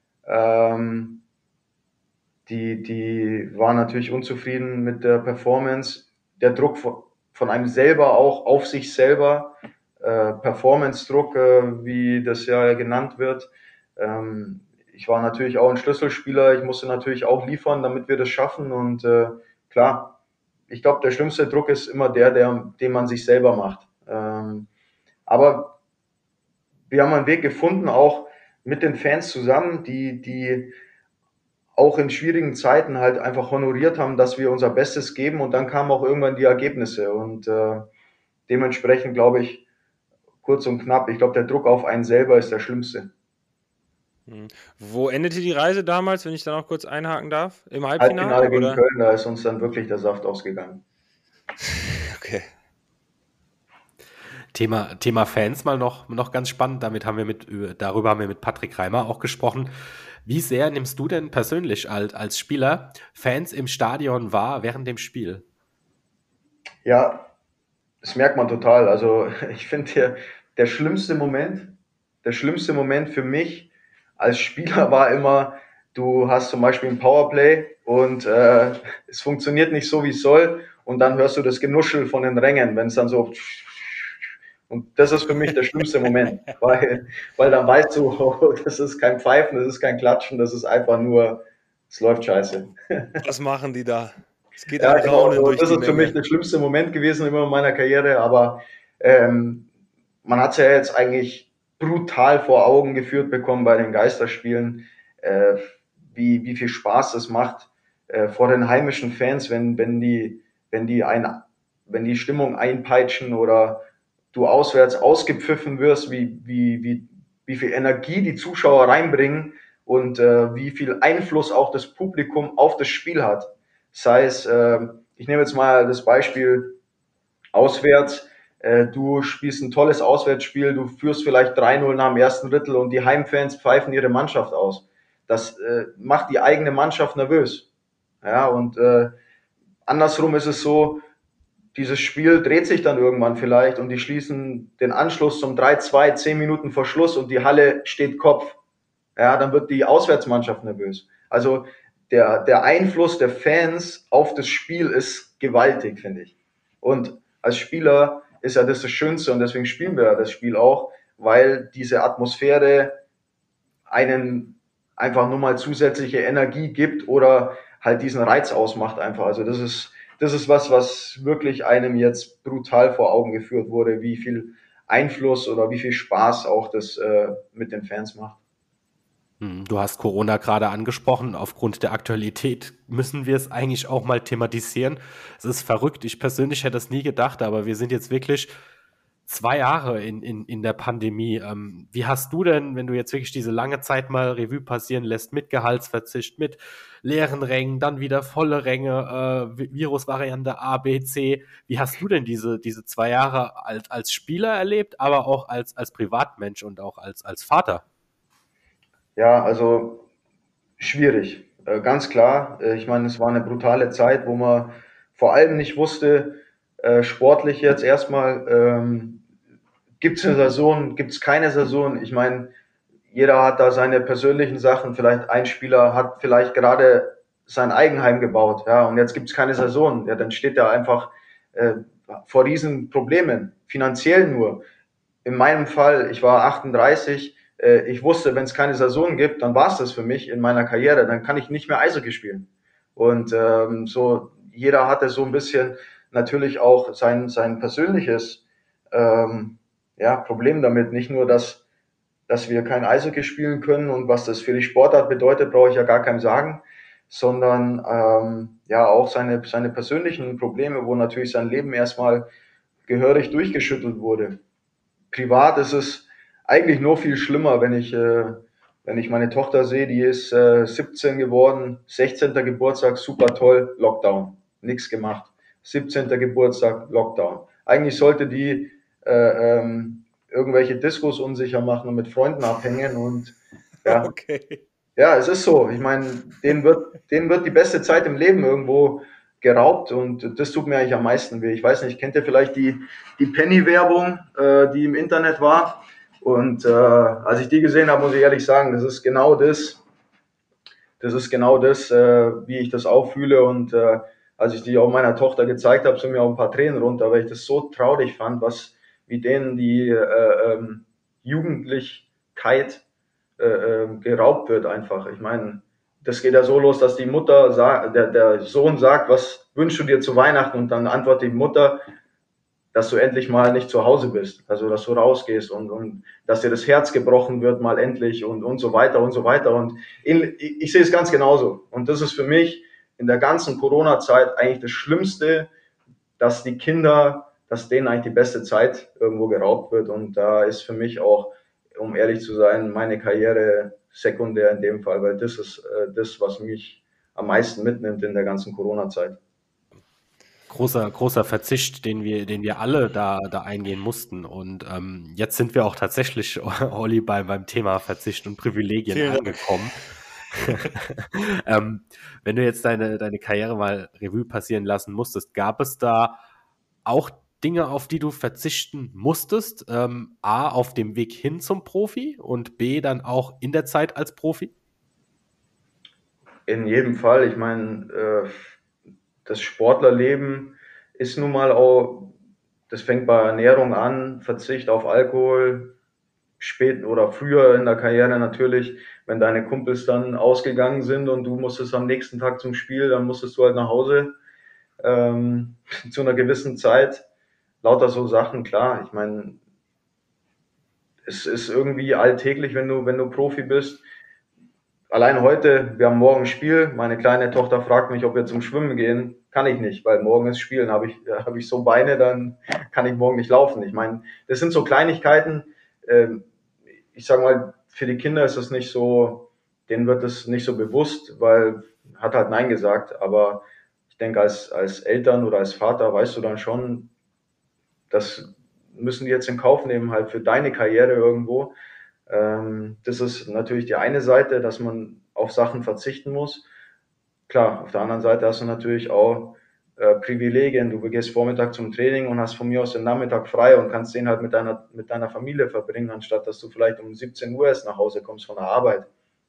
Ähm, die, die waren natürlich unzufrieden mit der Performance. Der Druck von, von einem selber auch auf sich selber. Äh, Performance-Druck, äh, wie das ja genannt wird. Ähm, ich war natürlich auch ein Schlüsselspieler. Ich musste natürlich auch liefern, damit wir das schaffen. Und äh, klar, ich glaube, der schlimmste Druck ist immer der, der, den man sich selber macht. Ähm, aber wir haben einen Weg gefunden, auch mit den Fans zusammen, die, die auch in schwierigen Zeiten halt einfach honoriert haben, dass wir unser Bestes geben und dann kamen auch irgendwann die Ergebnisse und äh, dementsprechend glaube ich, kurz und knapp, ich glaube, der Druck auf einen selber ist der schlimmste. Hm. Wo endete die Reise damals, wenn ich da noch kurz einhaken darf? Im Halbfinale? Halbfinale gegen oder? Köln, da ist uns dann wirklich der Saft ausgegangen. Okay. Thema, Thema Fans mal noch, noch ganz spannend. Damit haben wir mit, darüber haben wir mit Patrick Reimer auch gesprochen. Wie sehr nimmst du denn persönlich als, als Spieler Fans im Stadion wahr während dem Spiel? Ja, das merkt man total. Also ich finde, der, der schlimmste Moment, der schlimmste Moment für mich als Spieler war immer, du hast zum Beispiel ein Powerplay und äh, es funktioniert nicht so, wie es soll und dann hörst du das Genuschel von den Rängen, wenn es dann so und das ist für mich der schlimmste Moment, weil, weil dann weißt du, oh, das ist kein Pfeifen, das ist kein Klatschen, das ist einfach nur, es läuft scheiße. Was machen die da? Es geht Ja, ein genau, Raunen so, durch das die ist für Menge. mich der schlimmste Moment gewesen immer in meiner Karriere, aber ähm, man hat es ja jetzt eigentlich brutal vor Augen geführt bekommen bei den Geisterspielen, äh, wie, wie viel Spaß es macht äh, vor den heimischen Fans, wenn, wenn die, wenn die ein, wenn die Stimmung einpeitschen oder du auswärts ausgepfiffen wirst, wie, wie, wie, wie viel Energie die Zuschauer reinbringen und äh, wie viel Einfluss auch das Publikum auf das Spiel hat. Sei es, äh, ich nehme jetzt mal das Beispiel auswärts, äh, du spielst ein tolles Auswärtsspiel, du führst vielleicht drei null nach dem ersten Drittel und die Heimfans pfeifen ihre Mannschaft aus. Das äh, macht die eigene Mannschaft nervös. Ja, und äh, andersrum ist es so, dieses Spiel dreht sich dann irgendwann vielleicht und die schließen den Anschluss zum drei zwei, zehn Minuten vor Schluss und die Halle steht Kopf. Ja, dann wird die Auswärtsmannschaft nervös. Also der, der Einfluss der Fans auf das Spiel ist gewaltig, finde ich. Und als Spieler ist ja das das Schönste und deswegen spielen wir ja das Spiel auch, weil diese Atmosphäre einen einfach nur mal zusätzliche Energie gibt oder halt diesen Reiz ausmacht einfach. Also das ist Das ist was, was wirklich einem jetzt brutal vor Augen geführt wurde, wie viel Einfluss oder wie viel Spaß auch das äh, mit den Fans macht. Du hast Corona gerade angesprochen. Aufgrund der Aktualität müssen wir es eigentlich auch mal thematisieren. Es ist verrückt. Ich persönlich hätte es nie gedacht, aber wir sind jetzt wirklich zwei Jahre in, in, in der Pandemie. Ähm, wie hast du denn, wenn du jetzt wirklich diese lange Zeit mal Revue passieren lässt, mit Gehaltsverzicht, mit leeren Rängen, dann wieder volle Ränge, äh, Virusvariante A, B, C, wie hast du denn diese, diese zwei Jahre als, als Spieler erlebt, aber auch als, als Privatmensch und auch als, als Vater? Ja, also schwierig, äh, ganz klar. Äh, ich meine, es war eine brutale Zeit, wo man vor allem nicht wusste, äh, sportlich jetzt erstmal, ähm, gibt es eine Saison, gibt es keine Saison. Ich meine, jeder hat da seine persönlichen Sachen. Vielleicht ein Spieler hat vielleicht gerade sein Eigenheim gebaut, ja, und jetzt gibt es keine Saison, ja, dann steht er einfach äh, vor riesen Problemen, finanziell nur. In meinem Fall, ich war achtunddreißig, äh, ich wusste, wenn es keine Saison gibt, dann war es das für mich in meiner Karriere, dann kann ich nicht mehr Eishockey spielen. Und ähm, so, jeder hatte so ein bisschen natürlich auch sein, sein persönliches ähm, ja, Problem damit. Nicht nur, dass, dass wir kein Eishockey spielen können und was das für die Sportart bedeutet, brauche ich ja gar keinem sagen, sondern ähm, ja auch seine, seine persönlichen Probleme, wo natürlich sein Leben erstmal gehörig durchgeschüttelt wurde. Privat ist es eigentlich nur viel schlimmer, wenn ich, äh, wenn ich meine Tochter sehe, die ist äh, siebzehn geworden, sechzehnter Geburtstag, super toll, Lockdown, nichts gemacht. siebzehnter Geburtstag, Lockdown. Eigentlich sollte die äh, ähm, irgendwelche Diskos unsicher machen und mit Freunden abhängen und ja. Okay. Ja, es ist so. Ich meine, denen wird, denen wird die beste Zeit im Leben irgendwo geraubt und das tut mir eigentlich am meisten weh. Ich weiß nicht, kennt ihr vielleicht die, die Penny-Werbung, äh, die im Internet war? Und äh, als ich die gesehen habe, muss ich ehrlich sagen, das ist genau das, das ist genau das, äh, wie ich das auch fühle. Und äh, als ich die auch meiner Tochter gezeigt habe, sind mir auch ein paar Tränen runter, weil ich das so traurig fand, was wie denen die äh, ähm, Jugendlichkeit äh, äh, geraubt wird einfach. Ich meine, das geht ja so los, dass die Mutter sagt, der, der Sohn sagt, was wünschst du dir zu Weihnachten? Und dann antwortet die Mutter, dass du endlich mal nicht zu Hause bist, also dass du rausgehst und, und dass dir das Herz gebrochen wird mal endlich und, und so weiter und so weiter. Und in, ich, ich sehe es ganz genauso. Und das ist für mich in der ganzen Corona-Zeit eigentlich das Schlimmste, dass die Kinder, dass denen eigentlich die beste Zeit irgendwo geraubt wird. Und da ist für mich auch, um ehrlich zu sein, meine Karriere sekundär in dem Fall, weil das ist äh, das, was mich am meisten mitnimmt in der ganzen Corona-Zeit. Großer, großer Verzicht, den wir, den wir alle da, da eingehen mussten. Und ähm, jetzt sind wir auch tatsächlich, Olli, bei, beim Thema Verzicht und Privilegien Vielen angekommen. ähm, wenn du jetzt deine, deine Karriere mal Revue passieren lassen musstest, gab es da auch Dinge, auf die du verzichten musstest? Ähm, A, auf dem Weg hin zum Profi und B, dann auch in der Zeit als Profi? In jedem Fall. Ich meine, äh, das Sportlerleben ist nun mal auch, das fängt bei Ernährung an, Verzicht auf Alkohol, spät oder früher in der Karriere natürlich, wenn deine Kumpels dann ausgegangen sind und du musstest am nächsten Tag zum Spiel, dann musstest du halt nach Hause ähm, zu einer gewissen Zeit. Lauter so Sachen, klar. Ich meine, es ist irgendwie alltäglich, wenn du, wenn du Profi bist. Allein heute, wir haben morgen Spiel. Meine kleine Tochter fragt mich, ob wir zum Schwimmen gehen. Kann ich nicht, weil morgen ist Spielen. Habe ich, habe ich so Beine, dann kann ich morgen nicht laufen. Ich meine, das sind so Kleinigkeiten. Ähm, ich sage mal, für die Kinder ist das nicht so, denen wird das nicht so bewusst, weil hat halt Nein gesagt. Aber ich denke, als, als Eltern oder als Vater weißt du dann schon, das müssen die jetzt in Kauf nehmen, halt für deine Karriere irgendwo. Das ist natürlich die eine Seite, dass man auf Sachen verzichten muss. Klar, auf der anderen Seite hast du natürlich auch äh, Privilegien. Du gehst Vormittag zum Training und hast von mir aus den Nachmittag frei und kannst den halt mit deiner, mit deiner Familie verbringen, anstatt dass du vielleicht um siebzehn Uhr erst nach Hause kommst von der Arbeit.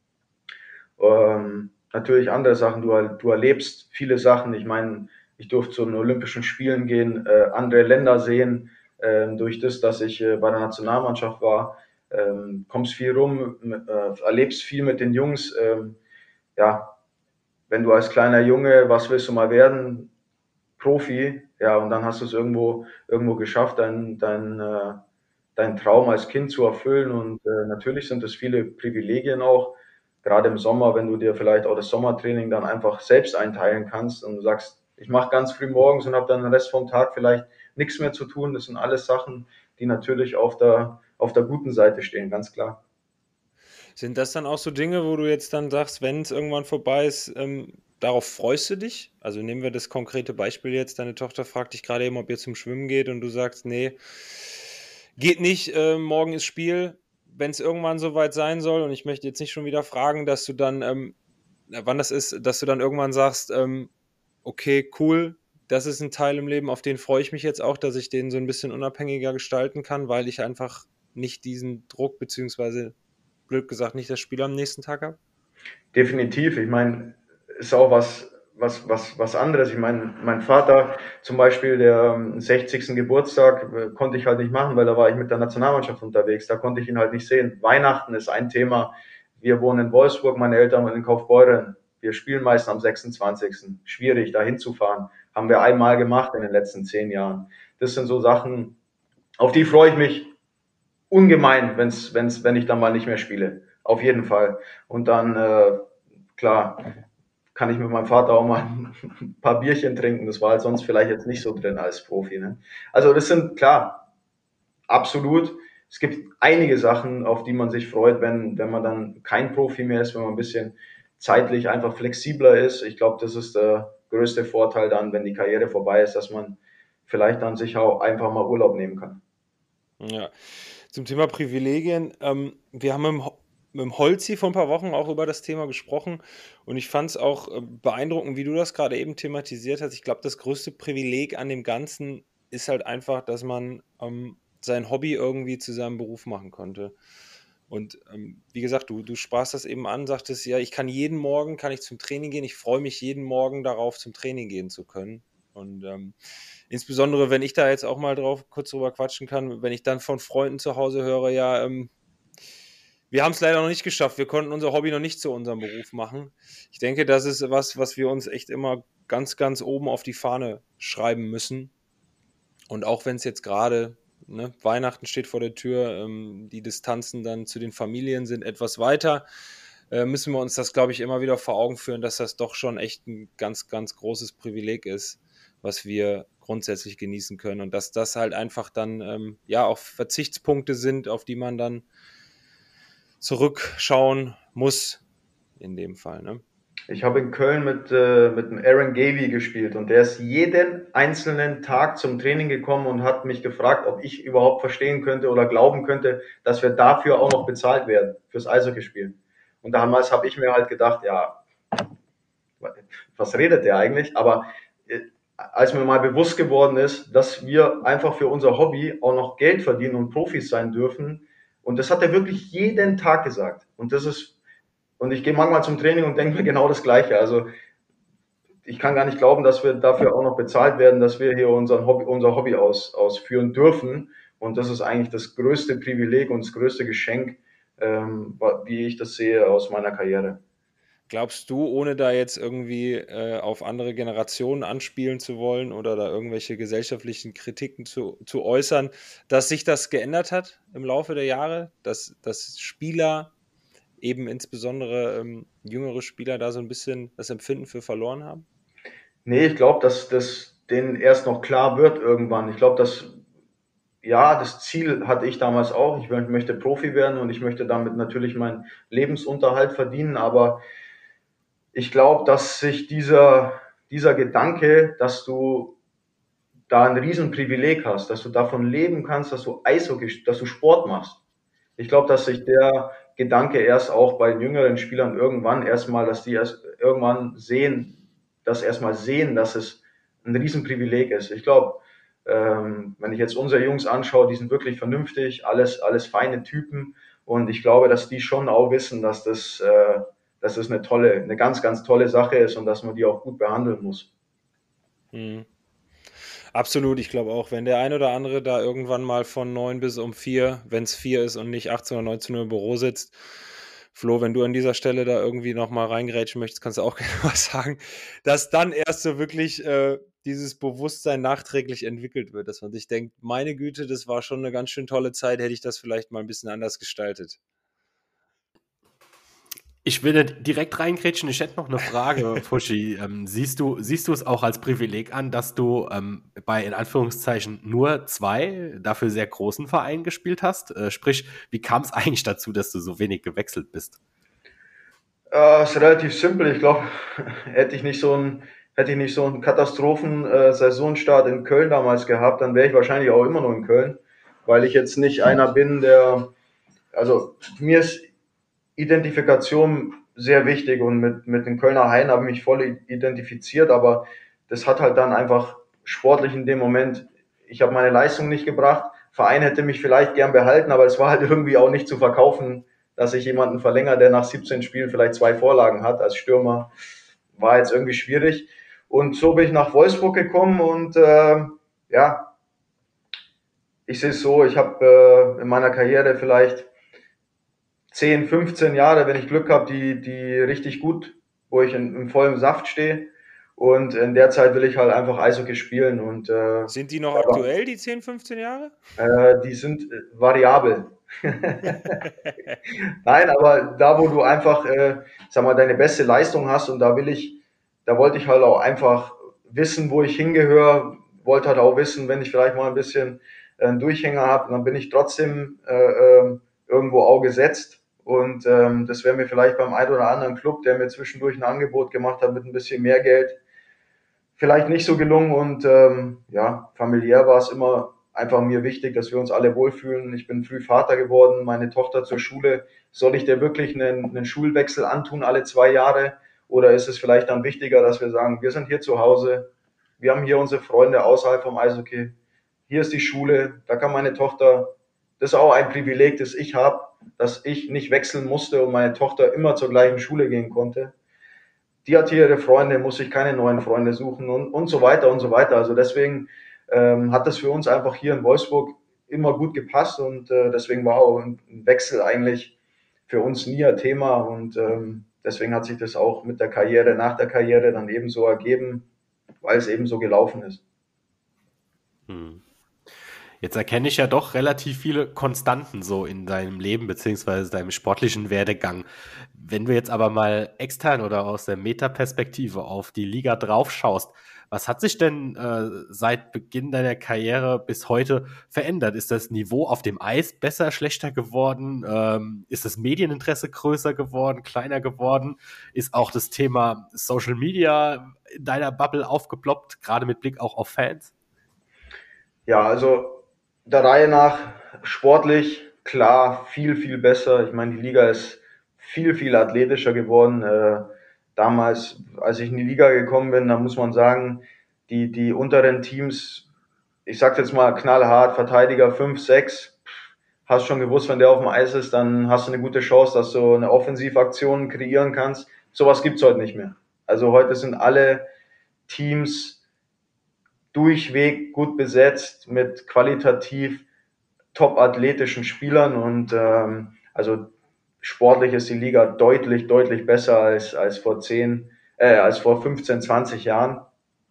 Ähm, natürlich andere Sachen. Du, du erlebst viele Sachen. Ich meine, ich durfte zu den Olympischen Spielen gehen, äh, andere Länder sehen, äh, durch das, dass ich äh, bei der Nationalmannschaft war. Ähm, kommst viel rum, äh, erlebst viel mit den Jungs. Ähm, ja, wenn du als kleiner Junge, was willst du mal werden? Profi, ja, und dann hast du es irgendwo, irgendwo geschafft, dein, dein, äh, dein Traum als Kind zu erfüllen. Und äh, natürlich sind es viele Privilegien auch, gerade im Sommer, wenn du dir vielleicht auch das Sommertraining dann einfach selbst einteilen kannst und du sagst, ich mache ganz früh morgens und habe dann den Rest vom Tag vielleicht nichts mehr zu tun. Das sind alles Sachen, die natürlich auf der, auf der guten Seite stehen, ganz klar. Sind das dann auch so Dinge, wo du jetzt dann sagst, wenn es irgendwann vorbei ist, ähm, darauf freust du dich? Also nehmen wir das konkrete Beispiel jetzt, deine Tochter fragt dich gerade eben, ob ihr zum Schwimmen geht und du sagst, nee, geht nicht, äh, morgen ist Spiel. Wenn es irgendwann soweit sein soll, und ich möchte jetzt nicht schon wieder fragen, dass du dann, ähm, wann das ist, dass du dann irgendwann sagst, ähm, okay, cool, das ist ein Teil im Leben, auf den freue ich mich jetzt auch, dass ich den so ein bisschen unabhängiger gestalten kann, weil ich einfach nicht diesen Druck, beziehungsweise blöd gesagt, nicht das Spiel am nächsten Tag habe? Definitiv. Ich meine, ist auch was, was, was, was anderes. Ich meine, mein Vater zum Beispiel, der sechzigsten Geburtstag äh, konnte ich halt nicht machen, weil da war ich mit der Nationalmannschaft unterwegs. Da konnte ich ihn halt nicht sehen. Weihnachten ist ein Thema. Wir wohnen in Wolfsburg, meine Eltern wohnen in Kaufbeuren. Wir spielen meist am sechsundzwanzigsten Schwierig, da hinzufahren. Haben wir einmal gemacht in den letzten zehn Jahren. Das sind so Sachen, auf die freue ich mich ungemein, wenn's, wenn's, wenn ich dann mal nicht mehr spiele. Auf jeden Fall. Und dann, äh, klar, kann ich mit meinem Vater auch mal ein paar Bierchen trinken. Das war halt sonst vielleicht jetzt nicht so drin als Profi. Ne? Also das sind, klar, absolut. Es gibt einige Sachen, auf die man sich freut, wenn, wenn man dann kein Profi mehr ist, wenn man ein bisschen zeitlich einfach flexibler ist. Ich glaube, das ist der größte Vorteil dann, wenn die Karriere vorbei ist, dass man vielleicht dann sich auch einfach mal Urlaub nehmen kann. Ja, zum Thema Privilegien. Ähm, wir haben im mit dem Holzi vor ein paar Wochen auch über das Thema gesprochen und ich fand es auch äh, beeindruckend, wie du das gerade eben thematisiert hast. Ich glaube, das größte Privileg an dem Ganzen ist halt einfach, dass man ähm, sein Hobby irgendwie zu seinem Beruf machen konnte. Und ähm, wie gesagt, du, du sprachst das eben an, sagtest, ja, ich kann jeden Morgen, kann ich zum Training gehen, ich freue mich jeden Morgen darauf, zum Training gehen zu können. Und ähm, insbesondere, wenn ich da jetzt auch mal drauf kurz drüber quatschen kann, wenn ich dann von Freunden zu Hause höre, ja, ähm, wir haben es leider noch nicht geschafft. Wir konnten unser Hobby noch nicht zu unserem Beruf machen. Ich denke, das ist was, was wir uns echt immer ganz, ganz oben auf die Fahne schreiben müssen. Und auch wenn es jetzt gerade, ne, Weihnachten steht vor der Tür, ähm, die Distanzen dann zu den Familien sind etwas weiter, äh, müssen wir uns das, glaube ich, immer wieder vor Augen führen, dass das doch schon echt ein ganz, ganz großes Privileg ist, was wir grundsätzlich genießen können. Und dass das halt einfach dann ähm, ja auch Verzichtspunkte sind, auf die man dann zurückschauen muss, in dem Fall. Ne? Ich habe in Köln mit, äh, mit dem Aaron Gavey gespielt und der ist jeden einzelnen Tag zum Training gekommen und hat mich gefragt, ob ich überhaupt verstehen könnte oder glauben könnte, dass wir dafür auch noch bezahlt werden, fürs Eishockeyspielen. Und damals habe ich mir halt gedacht, ja, was redet der eigentlich? Aber äh, als mir mal bewusst geworden ist, dass wir einfach für unser Hobby auch noch Geld verdienen und Profis sein dürfen, und das hat er wirklich jeden Tag gesagt. Und das ist, und ich gehe manchmal zum Training und denke mir genau das Gleiche. Also ich kann gar nicht glauben, dass wir dafür auch noch bezahlt werden, dass wir hier unseren Hobby, unser Hobby aus, ausführen dürfen. Und das ist eigentlich das größte Privileg und das größte Geschenk, ähm, wie ich das sehe aus meiner Karriere. Glaubst du, ohne da jetzt irgendwie äh, auf andere Generationen anspielen zu wollen oder da irgendwelche gesellschaftlichen Kritiken zu, zu äußern, dass sich das geändert hat im Laufe der Jahre, dass, dass Spieler, eben insbesondere ähm, jüngere Spieler, da so ein bisschen das Empfinden für verloren haben? Nee, ich glaube, dass das denen erst noch klar wird irgendwann. Ich glaube, dass, ja, das Ziel hatte ich damals auch. Ich möchte Profi werden und ich möchte damit natürlich meinen Lebensunterhalt verdienen, aber ich glaube, dass sich dieser, dieser Gedanke, dass du da ein Riesenprivileg hast, dass du davon leben kannst, dass du Eishockey, dass du Sport machst. Ich glaube, dass sich der Gedanke erst auch bei jüngeren Spielern irgendwann erstmal, dass die erst irgendwann sehen, das erstmal sehen, dass es ein Riesenprivileg ist. Ich glaube, ähm, wenn ich jetzt unsere Jungs anschaue, die sind wirklich vernünftig, alles, alles feine Typen, und ich glaube, dass die schon auch wissen, dass das, äh, dass das eine tolle, eine ganz, ganz tolle Sache ist und dass man die auch gut behandeln muss. Mhm. Absolut, ich glaube auch, wenn der ein oder andere da irgendwann mal von neun bis um vier, wenn es vier ist und nicht achtzehn oder neunzehn Uhr im Büro sitzt, Flo, wenn du an dieser Stelle da irgendwie nochmal reingrätschen möchtest, kannst du auch gerne was sagen, dass dann erst so wirklich äh, dieses Bewusstsein nachträglich entwickelt wird, dass man sich denkt, meine Güte, das war schon eine ganz schön tolle Zeit, hätte ich das vielleicht mal ein bisschen anders gestaltet. Ich will direkt reingrätschen. Ich hätte noch eine Frage, Fuschi. Ähm, siehst du, siehst du es auch als Privileg an, dass du ähm, bei, in Anführungszeichen, nur zwei, dafür sehr großen Vereinen gespielt hast? Äh, sprich, wie kam es eigentlich dazu, dass du so wenig gewechselt bist? Äh, ist relativ simpel. Ich glaube, hätte ich nicht so ein, hätte ich nicht so einen Katastrophen-Saisonstart in Köln damals gehabt, dann wäre ich wahrscheinlich auch immer noch in Köln, weil ich jetzt nicht einer bin, der, also mir ist Identifikation sehr wichtig, und mit, mit den Kölner Haien habe ich mich voll identifiziert, aber das hat halt dann einfach sportlich in dem Moment, ich habe meine Leistung nicht gebracht, Verein hätte mich vielleicht gern behalten, aber es war halt irgendwie auch nicht zu verkaufen, dass ich jemanden verlängere, der nach siebzehn Spielen vielleicht zwei Vorlagen hat als Stürmer. war jetzt irgendwie schwierig. Und so bin ich nach Wolfsburg gekommen und äh, ja, ich sehe es so, ich habe äh, in meiner Karriere vielleicht zehn, fünfzehn Jahre, wenn ich Glück habe, die, die richtig gut, wo ich in, im vollen Saft stehe. Und in der Zeit will ich halt einfach Eishockey spielen. Und, äh, Sind die noch aber, aktuell, die zehn, fünfzehn Jahre? Äh, die sind äh, variabel. Nein, aber da, wo du einfach, äh, sag mal, deine beste Leistung hast, und da will ich, da wollte ich halt auch einfach wissen, wo ich hingehöre, wollte halt auch wissen, wenn ich vielleicht mal ein bisschen äh, einen Durchhänger habe, dann bin ich trotzdem äh, äh, irgendwo auch gesetzt. Und ähm, das wäre mir vielleicht beim einen oder anderen Club, der mir zwischendurch ein Angebot gemacht hat mit ein bisschen mehr Geld, vielleicht nicht so gelungen. Und ähm, ja, familiär war es immer einfach mir wichtig, dass wir uns alle wohlfühlen. Ich bin früh Vater geworden, meine Tochter zur Schule. Soll ich dir wirklich einen, einen Schulwechsel antun alle zwei Jahre? Oder ist es vielleicht dann wichtiger, dass wir sagen, wir sind hier zu Hause, wir haben hier unsere Freunde außerhalb vom Eishockey, hier ist die Schule, da kann meine Tochter, das ist auch ein Privileg, das ich habe, dass ich nicht wechseln musste und meine Tochter immer zur gleichen Schule gehen konnte. Die hat hier ihre Freunde, muss sich keine neuen Freunde suchen und, und so weiter und so weiter. Also deswegen ähm, hat das für uns einfach hier in Wolfsburg immer gut gepasst und äh, deswegen war auch ein Wechsel eigentlich für uns nie ein Thema und ähm, deswegen hat sich das auch mit der Karriere, nach der Karriere dann eben so ergeben, weil es eben so gelaufen ist. Hm. Jetzt erkenne ich ja doch relativ viele Konstanten so in deinem Leben beziehungsweise deinem sportlichen Werdegang. Wenn du jetzt aber mal extern oder aus der Metaperspektive auf die Liga drauf schaust, was hat sich denn äh, seit Beginn deiner Karriere bis heute verändert? Ist das Niveau auf dem Eis besser, schlechter geworden? Ähm, ist das Medieninteresse größer geworden, kleiner geworden? Ist auch das Thema Social Media in deiner Bubble aufgeploppt, gerade mit Blick auch auf Fans? Ja, also der Reihe nach sportlich, klar, viel, viel besser. Ich meine, die Liga ist viel, viel athletischer geworden. Äh, damals, als ich in die Liga gekommen bin, da muss man sagen, die, die unteren Teams, ich sag's jetzt mal knallhart, Verteidiger fünf, sechs, hast schon gewusst, wenn der auf dem Eis ist, dann hast du eine gute Chance, dass du eine Offensivaktion kreieren kannst. Sowas gibt's heute nicht mehr. Also heute sind alle Teams durchweg gut besetzt mit qualitativ top athletischen Spielern und ähm, also sportlich ist die Liga deutlich, deutlich besser als, als vor zehn, äh, als vor fünfzehn, zwanzig Jahren.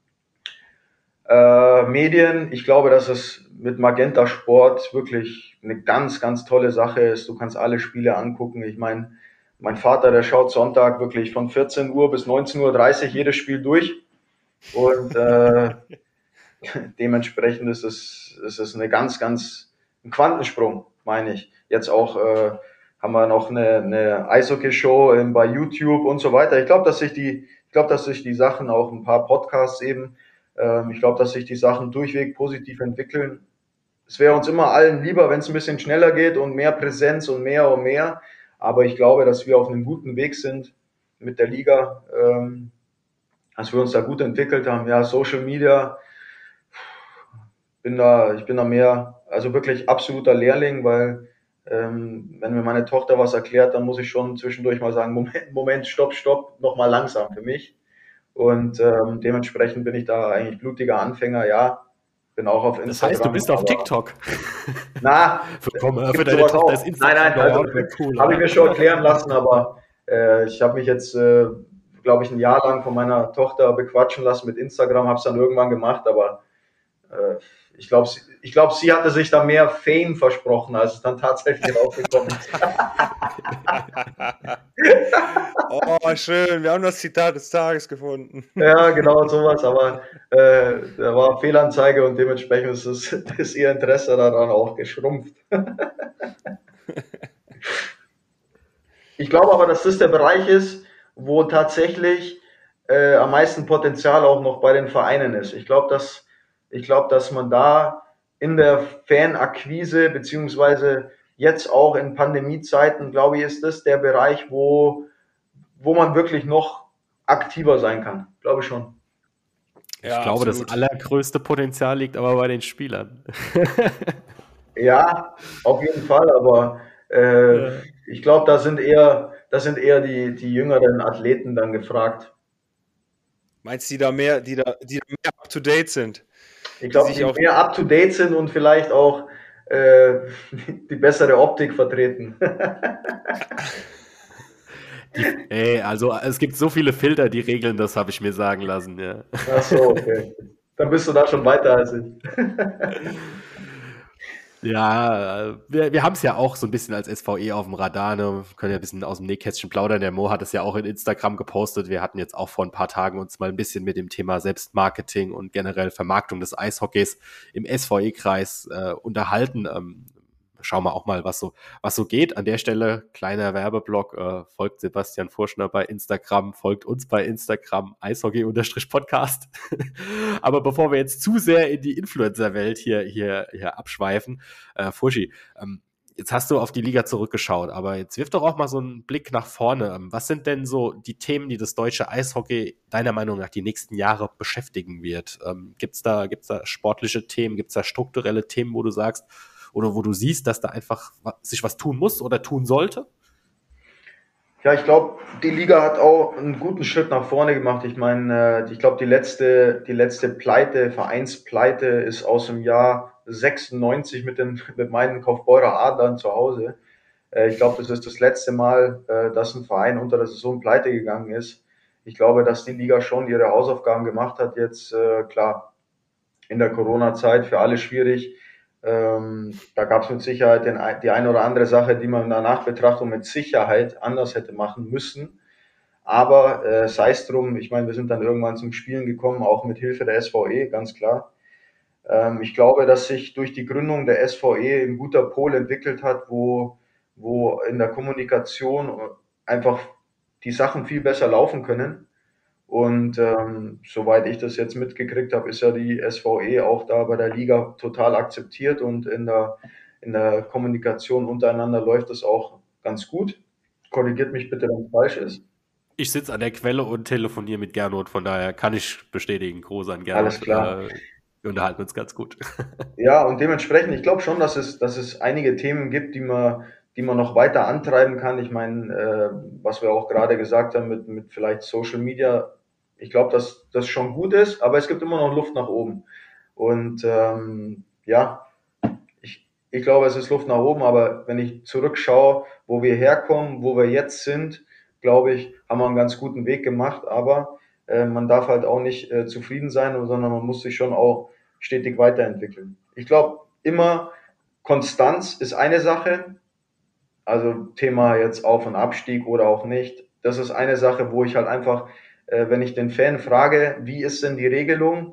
Äh, Medien, ich glaube, dass es mit Magenta Sport wirklich eine ganz, ganz tolle Sache ist. Du kannst alle Spiele angucken. Ich meine, mein Vater, der schaut Sonntag wirklich von vierzehn Uhr bis neunzehn Uhr dreißig jedes Spiel durch und äh, dementsprechend ist es, ist es eine ganz, ganz, ein Quantensprung, meine ich. Jetzt auch äh, haben wir noch eine, eine Eishockey-Show ähm, bei YouTube und so weiter. Ich glaube, dass sich die, ich glaube, dass sich die Sachen auch ein paar Podcasts eben, ähm, ich glaube, dass sich die Sachen durchweg positiv entwickeln. Es wäre uns immer allen lieber, wenn es ein bisschen schneller geht und mehr Präsenz und mehr und mehr. Aber ich glaube, dass wir auf einem guten Weg sind mit der Liga, ähm, dass wir uns da gut entwickelt haben. Ja, Social Media, bin da, ich bin da mehr, also wirklich absoluter Lehrling, weil ähm, wenn mir meine Tochter was erklärt, dann muss ich schon zwischendurch mal sagen, Moment, Moment, stopp, stopp, nochmal langsam für mich. Und ähm, dementsprechend bin ich da eigentlich blutiger Anfänger, ja. Bin auch auf Instagram. Das heißt, du bist auf TikTok. Na, für, komm, für deine Tochter ist Instagram. Nein, nein, also, cool, habe ich mir schon erklären lassen, aber äh, ich habe mich jetzt, äh, glaube ich, ein Jahr lang von meiner Tochter bequatschen lassen mit Instagram, habe es dann irgendwann gemacht, aber äh, ich glaube, ich glaub, sie hatte sich da mehr Fame versprochen, als es dann tatsächlich rausgekommen ist. Oh, schön. Wir haben das Zitat des Tages gefunden. Ja, genau sowas. Aber äh, da war Fehlanzeige und dementsprechend ist, es, ist ihr Interesse daran auch geschrumpft. Ich glaube aber, dass das der Bereich ist, wo tatsächlich äh, am meisten Potenzial auch noch bei den Vereinen ist. Ich glaube, dass Ich glaube, dass man da in der Fanakquise, beziehungsweise jetzt auch in Pandemiezeiten, glaube ich, ist das der Bereich, wo, wo man wirklich noch aktiver sein kann. Glaube ich schon. Ich ja, glaube, absolut. Das allergrößte Potenzial liegt aber bei den Spielern. Ja, auf jeden Fall, aber äh, ja. ich glaube, da sind eher, da sind eher die, die jüngeren Athleten dann gefragt. Meinst du, die da mehr, die da, die da mehr up to date sind? Ich glaube, die, die mehr up to date sind und vielleicht auch äh, die bessere Optik vertreten. Die, ey, also es gibt so viele Filter, die regeln das, habe ich mir sagen lassen. Ja. Ach so, okay. Dann bist du da schon weiter als ich. Ja, wir, wir haben es ja auch so ein bisschen als S V E auf dem Radar, ne? Wir können ja ein bisschen aus dem Nähkästchen plaudern. Der Mo hat es ja auch in Instagram gepostet. Wir hatten jetzt auch vor ein paar Tagen uns mal ein bisschen mit dem Thema Selbstmarketing und generell Vermarktung des Eishockeys im S V E-Kreis äh, unterhalten. Ähm, schauen wir auch mal, was so, was so geht. An der Stelle, kleiner Werbeblock, äh, folgt Sebastian Furschner bei Instagram, folgt uns bei Instagram, Eishockey-Podcast. Aber bevor wir jetzt zu sehr in die Influencer-Welt hier, hier, hier abschweifen, äh, Furschi, ähm, jetzt hast du auf die Liga zurückgeschaut, aber jetzt wirf doch auch mal so einen Blick nach vorne. Was sind denn so die Themen, die das deutsche Eishockey deiner Meinung nach die nächsten Jahre beschäftigen wird? Ähm, gibt's da, gibt's da sportliche Themen, gibt's da strukturelle Themen, wo du sagst, oder wo du siehst, dass da einfach sich was tun muss oder tun sollte? Ja, ich glaube, die Liga hat auch einen guten Schritt nach vorne gemacht. Ich meine, ich glaube, die letzte, die letzte Pleite, Vereinspleite ist aus dem Jahr sechsundneunzig mit den, mit meinen Kaufbeurer Adlern zu Hause. Ich glaube, das ist das letzte Mal, dass ein Verein unter der Saison pleite gegangen ist. Ich glaube, dass die Liga schon ihre Hausaufgaben gemacht hat. Jetzt, klar, in der Corona-Zeit für alle schwierig. Ähm, da gab es mit Sicherheit den, die eine oder andere Sache, die man in der Nachbetrachtung mit Sicherheit anders hätte machen müssen. Aber äh, sei es drum, ich meine, wir sind dann irgendwann zum Spielen gekommen, auch mit Hilfe der S V E, ganz klar. Ähm, ich glaube, dass sich durch die Gründung der S V E ein guter Pol entwickelt hat, wo, wo in der Kommunikation einfach die Sachen viel besser laufen können. Und ähm, soweit ich das jetzt mitgekriegt habe, ist ja die S V E auch da bei der Liga total akzeptiert und in der, in der Kommunikation untereinander läuft das auch ganz gut. Korrigiert mich bitte, wenn es falsch ist. Ich sitze an der Quelle und telefoniere mit Gernot, von daher kann ich bestätigen, groß an Gernot. Alles klar. Äh, wir unterhalten uns ganz gut. Ja, und dementsprechend, ich glaube schon, dass es, dass es einige Themen gibt, die man, die man noch weiter antreiben kann. Ich meine, äh, was wir auch gerade gesagt haben mit, mit vielleicht Social Media, ich glaube, dass das schon gut ist, aber es gibt immer noch Luft nach oben. Und ähm, ja, ich, ich glaube, es ist Luft nach oben, aber wenn ich zurückschaue, wo wir herkommen, wo wir jetzt sind, glaube ich, haben wir einen ganz guten Weg gemacht, aber äh, man darf halt auch nicht äh, zufrieden sein, sondern man muss sich schon auch stetig weiterentwickeln. Ich glaube, immer Konstanz ist eine Sache, also Thema jetzt Auf- und Abstieg oder auch nicht. Das ist eine Sache, wo ich halt einfach, äh, wenn ich den Fan frage, wie ist denn die Regelung?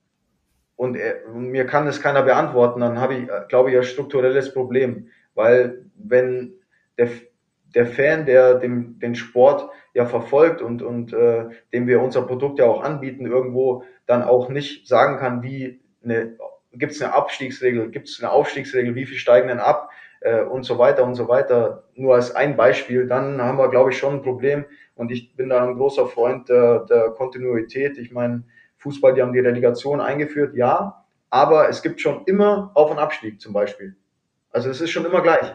Und er, mir kann es keiner beantworten, dann habe ich, glaube ich, ein strukturelles Problem. Weil wenn der, der Fan, der dem, den Sport ja verfolgt und, und äh, dem wir unser Produkt ja auch anbieten, irgendwo dann auch nicht sagen kann, wie eine, gibt es eine Abstiegsregel, gibt es eine Aufstiegsregel, wie viel steigen denn ab äh, und so weiter und so weiter. Nur als ein Beispiel, dann haben wir, glaube ich, schon ein Problem. Und ich bin da ein großer Freund der, der Kontinuität. Ich meine, Fußball, die haben die Relegation eingeführt, ja, aber es gibt schon immer Auf- und Abstieg zum Beispiel. Also es ist schon immer gleich.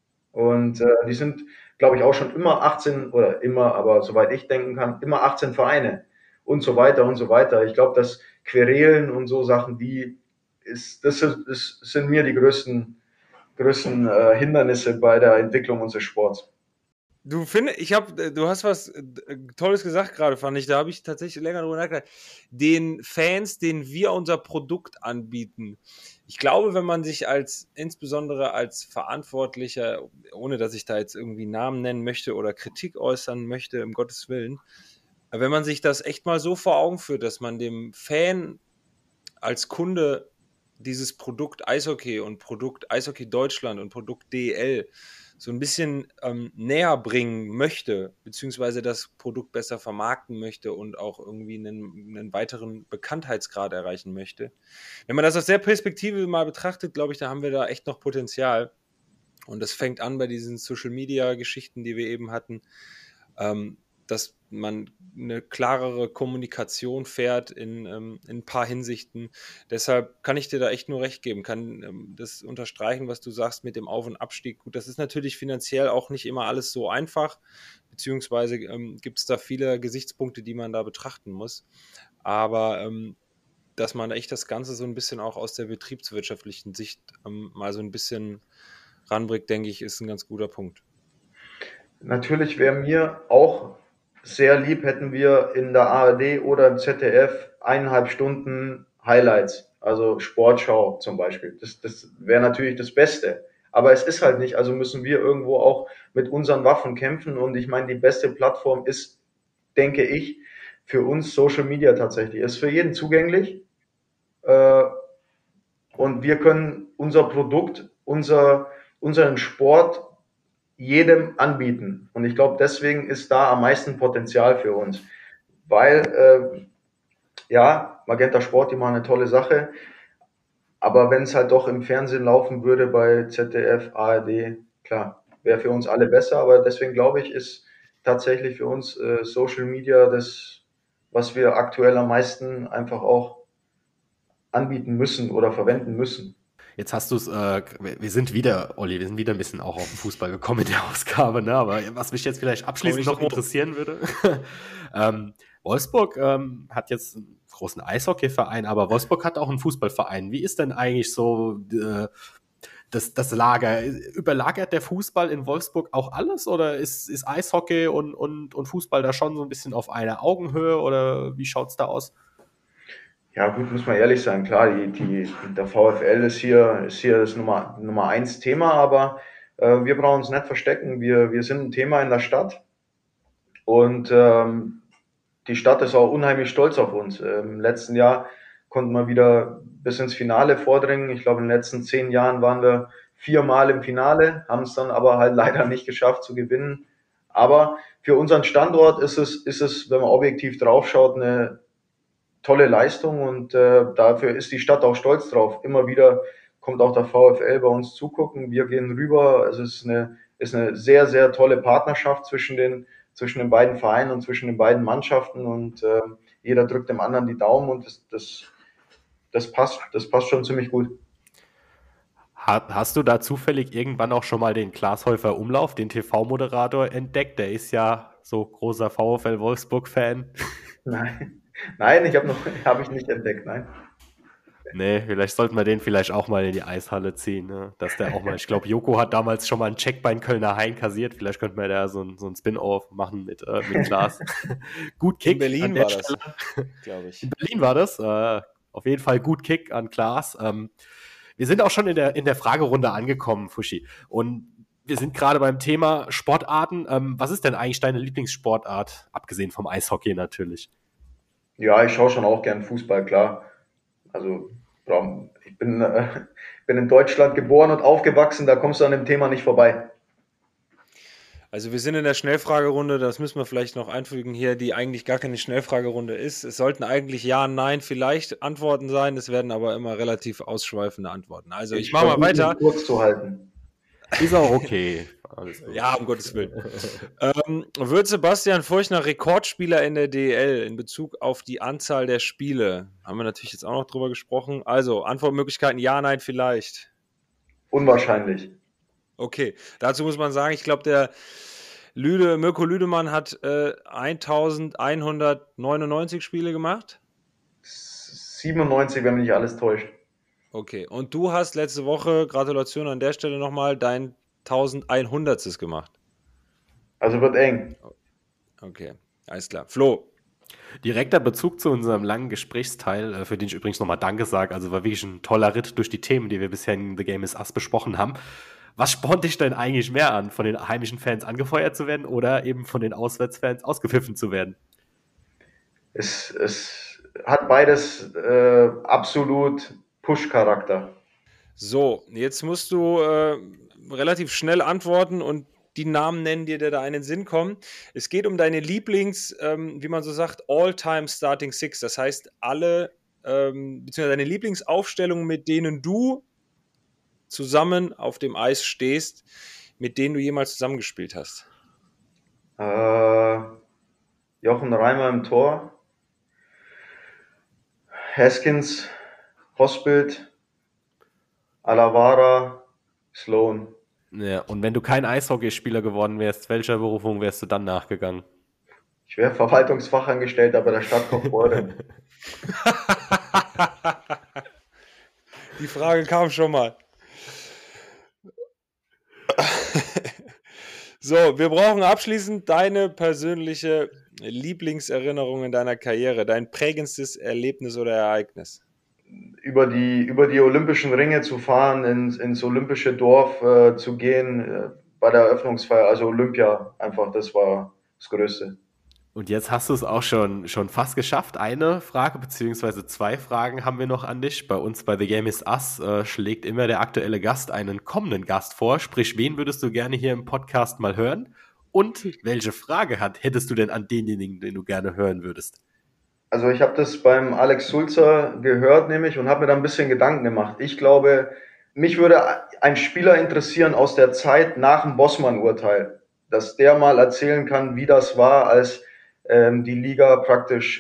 Und äh, die sind, glaube ich, auch schon immer achtzehn oder immer, aber soweit ich denken kann, immer achtzehn Vereine und so weiter und so weiter. Ich glaube, dass Querelen und so Sachen, die ist, das, das sind mir die größten, größten äh, Hindernisse bei der Entwicklung unseres Sports. Du findest, ich habe, du hast was Tolles gesagt gerade, fand ich. Da habe ich tatsächlich länger drüber nachgedacht. Den Fans, denen wir unser Produkt anbieten. Ich glaube, wenn man sich als, insbesondere als Verantwortlicher, ohne dass ich da jetzt irgendwie Namen nennen möchte oder Kritik äußern möchte, um Gottes Willen, wenn man sich das echt mal so vor Augen führt, dass man dem Fan als Kunde dieses Produkt Eishockey und Produkt Eishockey Deutschland und Produkt D E L so ein bisschen ähm, näher bringen möchte, beziehungsweise das Produkt besser vermarkten möchte und auch irgendwie einen, einen weiteren Bekanntheitsgrad erreichen möchte. Wenn man das aus der Perspektive mal betrachtet, glaube ich, da haben wir da echt noch Potenzial. Und das fängt an bei diesen Social-Media-Geschichten, die wir eben hatten, ähm, dass man eine klarere Kommunikation fährt in, ähm, in ein paar Hinsichten. Deshalb kann ich dir da echt nur recht geben, kann ähm, das unterstreichen, was du sagst mit dem Auf- und Abstieg. Gut, das ist natürlich finanziell auch nicht immer alles so einfach, beziehungsweise ähm, gibt es da viele Gesichtspunkte, die man da betrachten muss. Aber ähm, dass man echt das Ganze so ein bisschen auch aus der betriebswirtschaftlichen Sicht ähm, mal so ein bisschen ranbringt, denke ich, ist ein ganz guter Punkt. Natürlich wäre mir auch sehr lieb, hätten wir in der A R D oder im Z D F eineinhalb Stunden Highlights, also Sportschau zum Beispiel. Das, das wäre natürlich das Beste. Aber es ist halt nicht, also müssen wir irgendwo auch mit unseren Waffen kämpfen. Und ich meine, die beste Plattform ist, denke ich, für uns Social Media tatsächlich. Ist für jeden zugänglich. Äh, und wir können unser Produkt, unser, unseren Sport jedem anbieten. Und ich glaube, deswegen ist da am meisten Potenzial für uns. Weil, äh, ja, Magenta Sport, die machen eine tolle Sache. Aber wenn es halt doch im Fernsehen laufen würde bei Z D F, A R D, klar, wäre für uns alle besser. Aber deswegen glaube ich, ist tatsächlich für uns äh, Social Media das, was wir aktuell am meisten einfach auch anbieten müssen oder verwenden müssen. Jetzt hast du es, äh, wir sind wieder, Olli, wir sind wieder ein bisschen auch auf den Fußball gekommen in der Ausgabe, ne? Aber was mich jetzt vielleicht abschließend noch interessieren würde, ähm, Wolfsburg ähm, hat jetzt einen großen Eishockeyverein, aber Wolfsburg hat auch einen Fußballverein. Wie ist denn eigentlich so äh, das, das Lager? Überlagert der Fußball in Wolfsburg auch alles oder ist, ist Eishockey und, und, und Fußball da schon so ein bisschen auf einer Augenhöhe oder wie schaut's da aus? Ja, gut, muss man ehrlich sein. Klar, die, die, der VfL ist hier, ist hier das Nummer, Nummer eins Thema, aber äh, wir brauchen uns nicht verstecken. Wir, wir sind ein Thema in der Stadt und ähm, die Stadt ist auch unheimlich stolz auf uns. Ähm, Im letzten Jahr konnten wir wieder bis ins Finale vordringen. Ich glaube, in den letzten zehn Jahren waren wir viermal im Finale, haben es dann aber halt leider nicht geschafft zu gewinnen. Aber für unseren Standort ist es, ist es, wenn man objektiv draufschaut, eine tolle Leistung und äh, dafür ist die Stadt auch stolz drauf. Immer wieder kommt auch der VfL bei uns zugucken. Wir gehen rüber. Also es ist eine, ist eine sehr, sehr tolle Partnerschaft zwischen den, zwischen den beiden Vereinen und zwischen den beiden Mannschaften und äh, jeder drückt dem anderen die Daumen und das, das, das passt, das passt schon ziemlich gut. Hast du da zufällig irgendwann auch schon mal den Klaas Häufer Umlauf, den T V-Moderator, entdeckt? Der ist ja so großer VfL Wolfsburg-Fan. Nein, nein, ich habe noch, habe ich nicht entdeckt, nein. Nee, vielleicht sollten wir den vielleicht auch mal in die Eishalle ziehen, ne? Dass der auch mal, ich glaube, Joko hat damals schon mal einen Check bei Kölner Hain kassiert. Vielleicht könnten wir da so ein, so ein Spin-Off machen mit, äh, mit Klaas. Gut Kick. In Berlin war das, glaube ich. In Berlin war das. Äh, auf jeden Fall gut Kick an Klaas. Ähm, wir sind auch schon in der, in der Fragerunde angekommen, Fuschi. Und wir sind gerade beim Thema Sportarten. Ähm, was ist denn eigentlich deine Lieblingssportart? Abgesehen vom Eishockey natürlich. Ja, ich schaue schon auch gern Fußball, klar. Also ich bin, äh, bin in Deutschland geboren und aufgewachsen, da kommst du an dem Thema nicht vorbei. Also wir sind in der Schnellfragerunde, das müssen wir vielleicht noch einfügen hier, die eigentlich gar keine Schnellfragerunde ist. Es sollten eigentlich Ja, Nein, vielleicht Antworten sein, es werden aber immer relativ ausschweifende Antworten. Also ich, ich mache mal weiter. Kurz zu halten. Ist auch okay. Ja, um Gottes Willen. ähm, wird Sebastian Furchner Rekordspieler in der D E L in Bezug auf die Anzahl der Spiele? Haben wir natürlich jetzt auch noch drüber gesprochen. Also, Antwortmöglichkeiten ja, nein, vielleicht. Unwahrscheinlich. Okay, dazu muss man sagen, ich glaube, der Lüde, Mirko Lüdemann hat äh, elfhundertneunundneunzig Spiele gemacht. siebenundneunzig, wenn mich nicht alles täuscht. Okay, und du hast letzte Woche, Gratulation an der Stelle nochmal, dein elfhundertstes gemacht. Also wird eng. Okay, alles klar. Flo. Direkter Bezug zu unserem langen Gesprächsteil, für den ich übrigens nochmal Danke sage. Also war wirklich ein toller Ritt durch die Themen, die wir bisher in The Game is Us besprochen haben. Was spornt dich denn eigentlich mehr an, von den heimischen Fans angefeuert zu werden oder eben von den Auswärtsfans ausgepfiffen zu werden? Es, es hat beides äh, absolut Push-Charakter. So, jetzt musst du äh, relativ schnell antworten und die Namen nennen, die dir da einen Sinn kommen. Es geht um deine Lieblings, ähm, wie man so sagt, All-Time Starting Six. Das heißt, alle, ähm, beziehungsweise deine Lieblingsaufstellungen, mit denen du zusammen auf dem Eis stehst, mit denen du jemals zusammengespielt hast. Äh, Jochen Reimer im Tor. Haskins, Hosbild, Alavara, Sloan. Ja, und wenn du kein Eishockeyspieler geworden wärst, welcher Berufung wärst du dann nachgegangen? Ich wäre Verwaltungsfachangestellter bei der Stadt Kaufbeuren. Die Frage kam schon mal. So, wir brauchen abschließend deine persönliche Lieblingserinnerung in deiner Karriere, dein prägendstes Erlebnis oder Ereignis. Über die, über die Olympischen Ringe zu fahren, ins, ins olympische Dorf äh, zu gehen, äh, bei der Eröffnungsfeier, also Olympia, einfach, das war das Größte. Und jetzt hast du es auch schon, schon fast geschafft. Eine Frage beziehungsweise zwei Fragen haben wir noch an dich. Bei uns bei The Game is Us äh, schlägt immer der aktuelle Gast einen kommenden Gast vor. Sprich, wen würdest du gerne hier im Podcast mal hören? Und welche Frage hat, hättest du denn an denjenigen, den du gerne hören würdest? Also ich habe das beim Alex Sulzer gehört nämlich und habe mir da ein bisschen Gedanken gemacht. Ich glaube, mich würde ein Spieler interessieren aus der Zeit nach dem Bossmann-Urteil, dass der mal erzählen kann, wie das war, als ähm, die Liga praktisch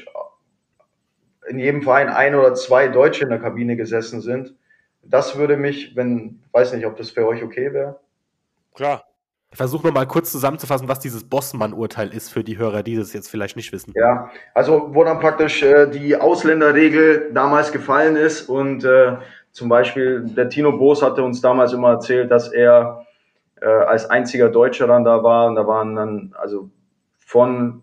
in jedem Verein ein oder zwei Deutsche in der Kabine gesessen sind. Das würde mich, wenn, weiß nicht, ob das für euch okay wäre. Klar. Ich versuche noch mal kurz zusammenzufassen, was dieses Bossmann-Urteil ist für die Hörer, die das jetzt vielleicht nicht wissen. Ja, also wo dann praktisch äh, die Ausländerregel damals gefallen ist und äh, zum Beispiel der Tino Boos hatte uns damals immer erzählt, dass er äh, als einziger Deutscher dann da war und da waren dann also von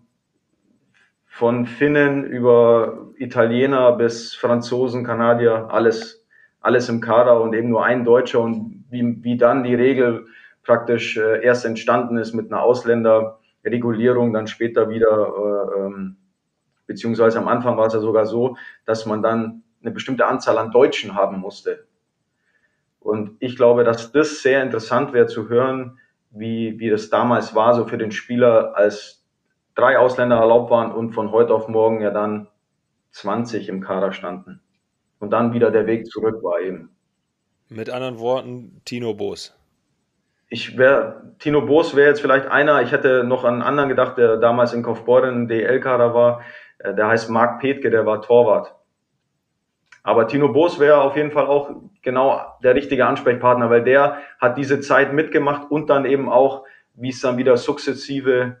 von Finnen über Italiener bis Franzosen, Kanadier, alles alles im Kader und eben nur ein Deutscher und wie wie dann die Regel praktisch äh, erst entstanden ist mit einer Ausländerregulierung, dann später wieder, äh, ähm, beziehungsweise am Anfang war es ja sogar so, dass man dann eine bestimmte Anzahl an Deutschen haben musste. Und ich glaube, dass das sehr interessant wäre zu hören, wie, wie das damals war, so für den Spieler, als drei Ausländer erlaubt waren und von heute auf morgen ja dann zwanzig im Kader standen. Und dann wieder der Weg zurück war eben. Mit anderen Worten, Tino Boos. Ich wäre, Tino Boos wäre jetzt vielleicht einer, ich hätte noch an einen anderen gedacht, der damals in Kaufbeuren im D L-Kader war, der heißt Marc Petke, der war Torwart. Aber Tino Boos wäre auf jeden Fall auch genau der richtige Ansprechpartner, weil der hat diese Zeit mitgemacht und dann eben auch, wie es dann wieder sukzessive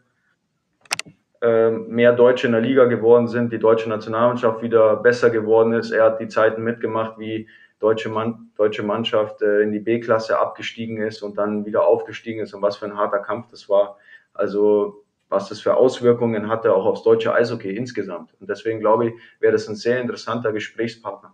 äh, mehr Deutsche in der Liga geworden sind, die deutsche Nationalmannschaft wieder besser geworden ist. Er hat die Zeiten mitgemacht, wie deutsche, Mann, deutsche Mannschaft äh, in die B-Klasse abgestiegen ist und dann wieder aufgestiegen ist und was für ein harter Kampf das war. Also was das für Auswirkungen hatte, auch aufs deutsche Eishockey insgesamt. Und deswegen glaube ich, wäre das ein sehr interessanter Gesprächspartner.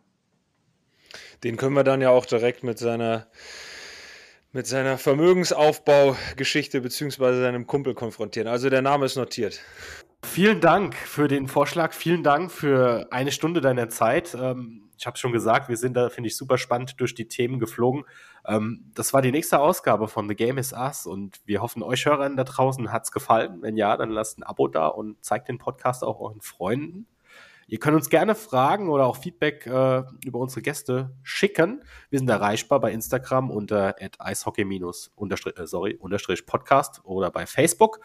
Den können wir dann ja auch direkt mit seiner, mit seiner Vermögensaufbaugeschichte beziehungsweise seinem Kumpel konfrontieren. Also der Name ist notiert. Vielen Dank für den Vorschlag, vielen Dank für eine Stunde deiner Zeit. Ich habe schon gesagt, wir sind da, finde ich, super spannend durch die Themen geflogen. Das war die nächste Ausgabe von The Game is Us und wir hoffen, euch Hörern da draußen hat es gefallen. Wenn ja, dann lasst ein Abo da und zeigt den Podcast auch euren Freunden. Ihr könnt uns gerne Fragen oder auch Feedback äh, über unsere Gäste schicken. Wir sind erreichbar bei Instagram unter at eishockey unterstrich, äh, sorry, unterstrich Podcast oder bei Facebook.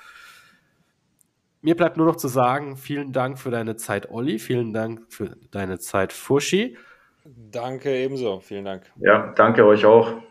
Mir bleibt nur noch zu sagen, vielen Dank für deine Zeit, Olli. Vielen Dank für deine Zeit, Fuschi. Danke ebenso. Vielen Dank. Ja, danke euch auch.